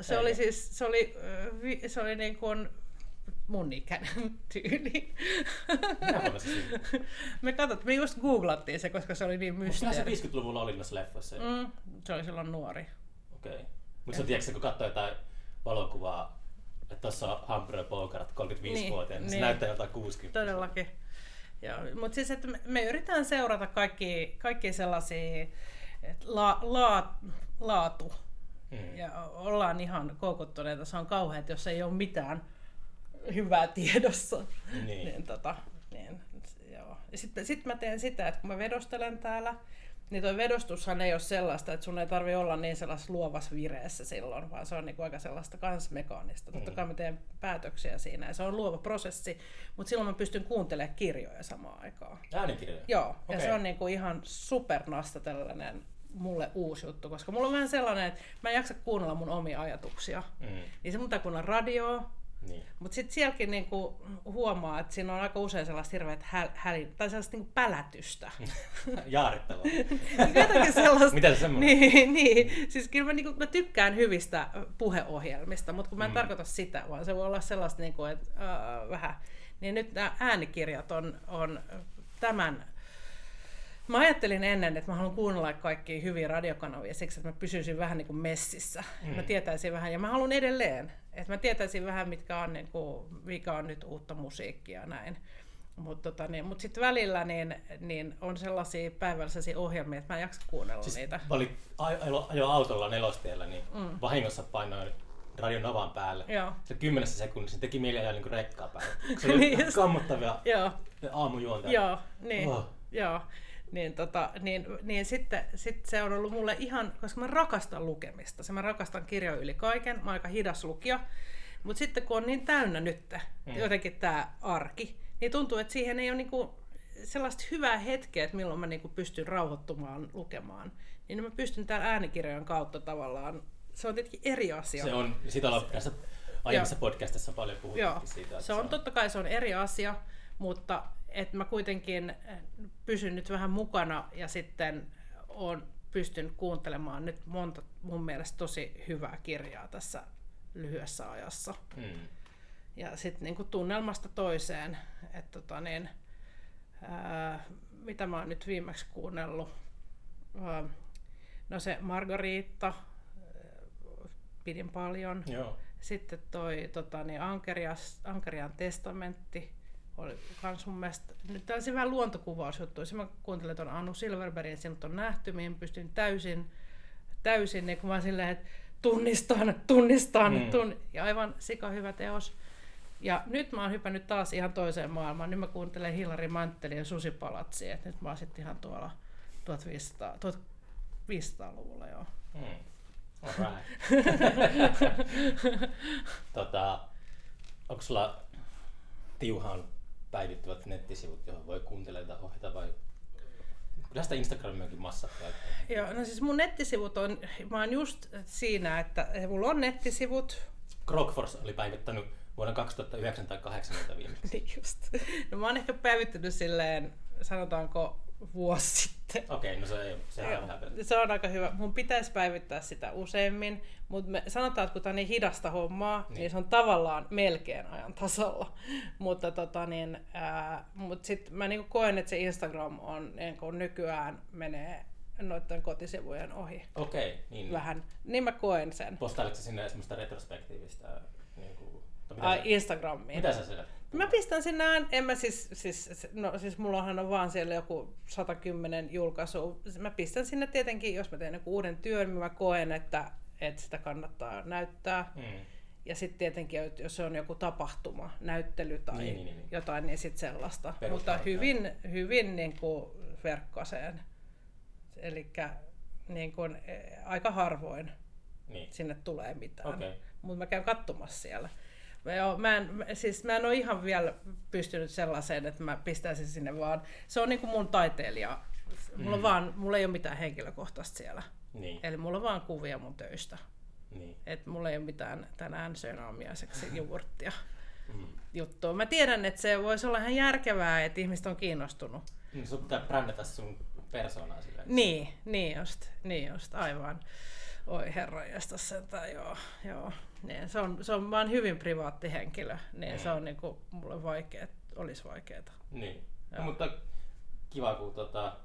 se oli niin kuin mun ikäinen tyyli. Me just googlattiin se, koska se oli niin mysteeri. Kyllä se 50-luvulla oli noissa leffoissa. Se oli silloin nuori. Okei. Mutta tiedätkö, kun katsoo jotain valokuvaa, että tuossa on Humphrey Bogart 35-vuotiaana, niin se näyttää jotain 60. Todellakin. Mutta siis, että me yritetään seurata kaikki sellaisia laatu. Ja ollaan ihan koukuttuneita. Se on kauheaa, jos ei ole mitään hyvää tiedossa. Niin. Sitten mä teen sitä, että kun mä vedostelen täällä, niin toi vedostushan ei ole sellaista, että sun ei tarvitse olla niin sellaisessa luovassa vireessä silloin, vaan se on niinku aika sellaista kans mekaanista. Totta kai mä teen päätöksiä siinä ja se on luova prosessi, mutta silloin mä pystyn kuuntelemaan kirjoja samaan aikaan. Äänikirjoja? Joo, ja se on niinku ihan supernasta tällainen mulle uusi juttu, koska mulla on vähän sellainen, että mä en jaksa kuunnella mun omia ajatuksia. Niin se mun pitää kuunnella radioa. Niin. Mutta sitten sielläkin niinku huomaa, että siinä on aika usein sellaista hirveät tai sellaista niinku pälätystä. Jaarittavaa. Jotakin sellaista. Mitä se semmoinen? Niin. Siis kyllä mä tykkään hyvistä puheohjelmista, mutta kun mä en tarkoita sitä, vaan se voi olla sellaista, niinku, että vähän. Niin nyt nämä äänikirjat on tämän. Mä ajattelin ennen, että mä haluan kuunnella kaikkia hyviä radiokanavia siksi, että mä pysyisin vähän niin kuin messissä. Mä tietäisin vähän, ja mä haluan edelleen, että mä tietäisin vähän, mikä on nyt uutta musiikkia ja näin. Mutta sitten välillä niin on sellaisia päivällisiä ohjelmia, että mä en jaksa kuunnella siis niitä. Ajo autolla Nelostiellä, niin vahingossa painoin radion navan päälle. Joo. Se 10 sekunnissa teki mieli ajaa niin rekkaa päälle. Se oli niin kammottavia aamujuonteja. Joo, niin. Joo. Niin sitten se on ollut mulle ihan, koska mä rakastan lukemista. Mä rakastan kirjoja yli kaiken, mä oon aika hidas lukija. Mutta sitten kun on niin täynnä nyt jotenkin tää arki, niin tuntuu, että siihen ei ole niinku sellaista hyvää hetkeä, että milloin mä niinku pystyn rauhoittumaan lukemaan. Niin mä pystyn täällä äänikirjojen kautta tavallaan, se on tietenkin eri asia. Se on, siitä ollaan tässä aiemmassa podcastissa paljon puhuttu siitä. Se on totta kai se on eri asia, mutta että mä kuitenkin pysyn nyt vähän mukana ja sitten pystyn kuuntelemaan nyt monta mun mielestä tosi hyvää kirjaa tässä lyhyessä ajassa. Ja sitten niinku tunnelmasta toiseen, että mitä mä oon nyt viimeksi kuunnellut. No se Margarita, pidin paljon. Joo. Sitten toi Ankerian testamentti oli kans mun mielestä, nyt tällaisia vähän luontokuvausjuttuja. Mä kuuntelin ton Anu Silverbergin, sinut on nähty, mihin pystyn täysin niin kun mä silleen, että tunnistan, ja aivan sika hyvä teos. Ja nyt mä oon hypännyt taas ihan toiseen maailmaan. Nyt mä kuuntelen Hilari Manttelin ja Susi Palatsi, että nyt mä oon sitten ihan tuolla 1500-luvulla joo. Alright. Onko sulla tiuhaan päivittyvät nettisivut, johon voi kuuntelemaan ohjata vai kyllä sitä Instagramiakin massat käyttää? Joo, no siis mun nettisivut on, mä oon just siinä, että mulla on nettisivut. Krokfors oli päivittänyt vuonna 2009 tai 2008 viimeksi. Niin just. No mä oon ehkä päivittänyt silleen, sanotaanko vuosi sitten. Okei, no se on aika hyvä. Mun pitäisi päivittää sitä useammin, mutta sanotaan, että kun tämä on niin hidasta hommaa, niin se on tavallaan melkein ajan tasalla. Mutta sitten mä niinku koen, että se Instagram on niinku nykyään menee noiden kotisivujen ohi. Okei, niin. Vähän. Niin mä koen sen. Postailetko sinne semmoista retrospektiivistä niinku Instagramiin? Mitä sä siellä? Mä pistän sinne, siis mullahan on vaan siellä joku 110 julkaisua. Mä pistän sinne tietenkin, jos mä teen joku uuden työn, niin mä koen, että sitä kannattaa näyttää. Ja sitten tietenkin, jos se on joku tapahtuma, näyttely tai jotain, niin sitten sellaista. Mutta hyvin niin kuin verkkoseen. Elikkä niin kuin, aika harvoin sinne tulee mitään. Okay. Mutta mä käyn katsomassa siellä. Mä en ole ihan vielä pystynyt sellaiseen, että mä pistäisin sinne vaan. Se on niinku mun taiteilija. Mulla ei ole mitään henkilökohtaista siellä. Niin. Eli mulla on vaan kuvia mun töistä. Niin. Et mulla ei ole mitään tänään söönaamiaiseksi jogurttia juttua. Mä tiedän, että se voisi olla ihan järkevää, että ihmiset on kiinnostunut. Niin, sun pitää brändätä sun persoonaa silleen. Niin just, aivan. Oi herranjestas sentään, joo. Niin, se on vaan hyvin privaatti henkilö, niin se on niinku mulle olisi vaikeeta. Niin, no, mutta kiva kun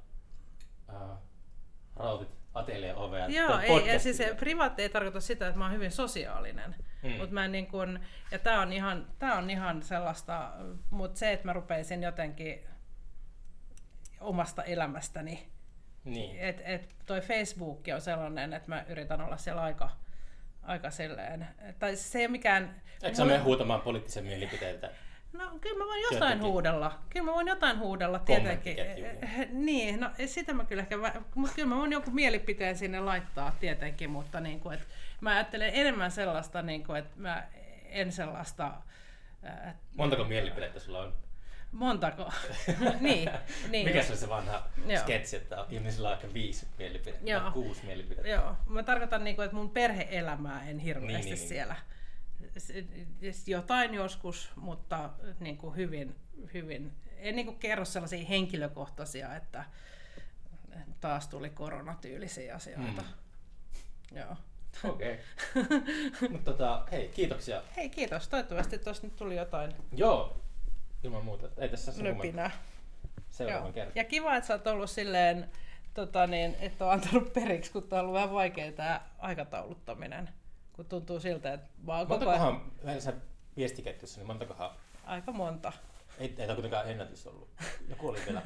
rautit atelier ovea. Joo, ei siis privaatti ei tarkoita sitä, että mä oon hyvin sosiaalinen, mutta mä niin kun, ja tää on ihan sellaista, mutta se, että mä rupeisin jotenkin omasta elämästäni. Niin. Et toi Facebook on sellainen, että mä yritän olla siellä aika silleen, tai se ei ole mikään. Eikö sä mene huutamaan poliittisen mielipiteitä? No kyllä mä voin jotain huudella. Tietenkin. Niin, no sitä mä kyllä ehkä, mutta kyllä mä voin joku mielipiteen sinne laittaa tietenkin, mutta niin kuin, että mä ajattelen enemmän sellaista, niin kuin, että mä en sellaista. Montako mielipidettä sulla on? Montako? niin. Mikä se on se vanha sketsi, että ihmisillä on ehkä 5 mielipidettä tai 6 mielipidettä? Joo, mä tarkoitan, että mun perhe-elämää en hirveästi siellä. Jotain joskus, mutta hyvin. En kerro sellaisia henkilökohtaisia, että taas tuli koronatyylisiä asioita. Joo. Okei. Mutta hei, kiitoksia. Hei, kiitos. Toivottavasti tuossa nyt tuli jotain. Joo, ilman muuta. Ei tässä nöpinää. Seuraavan kerran. Ja kiva, että sä oot ollut silleen, että on antanut periksi, kun tää on ollut vähän vaikea tää aikatauluttaminen. Kun tuntuu siltä, että vaan koko ajan... Montakohan viestiketjussa, niin montakohan... Aika monta. Ei ole kuitenkaan ennätys ollut. Joku oli vielä.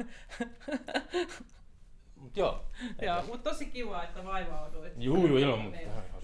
Mut joo. Joo, mutta tosi kiva, että vaivauduit. Juu, ilman muuta.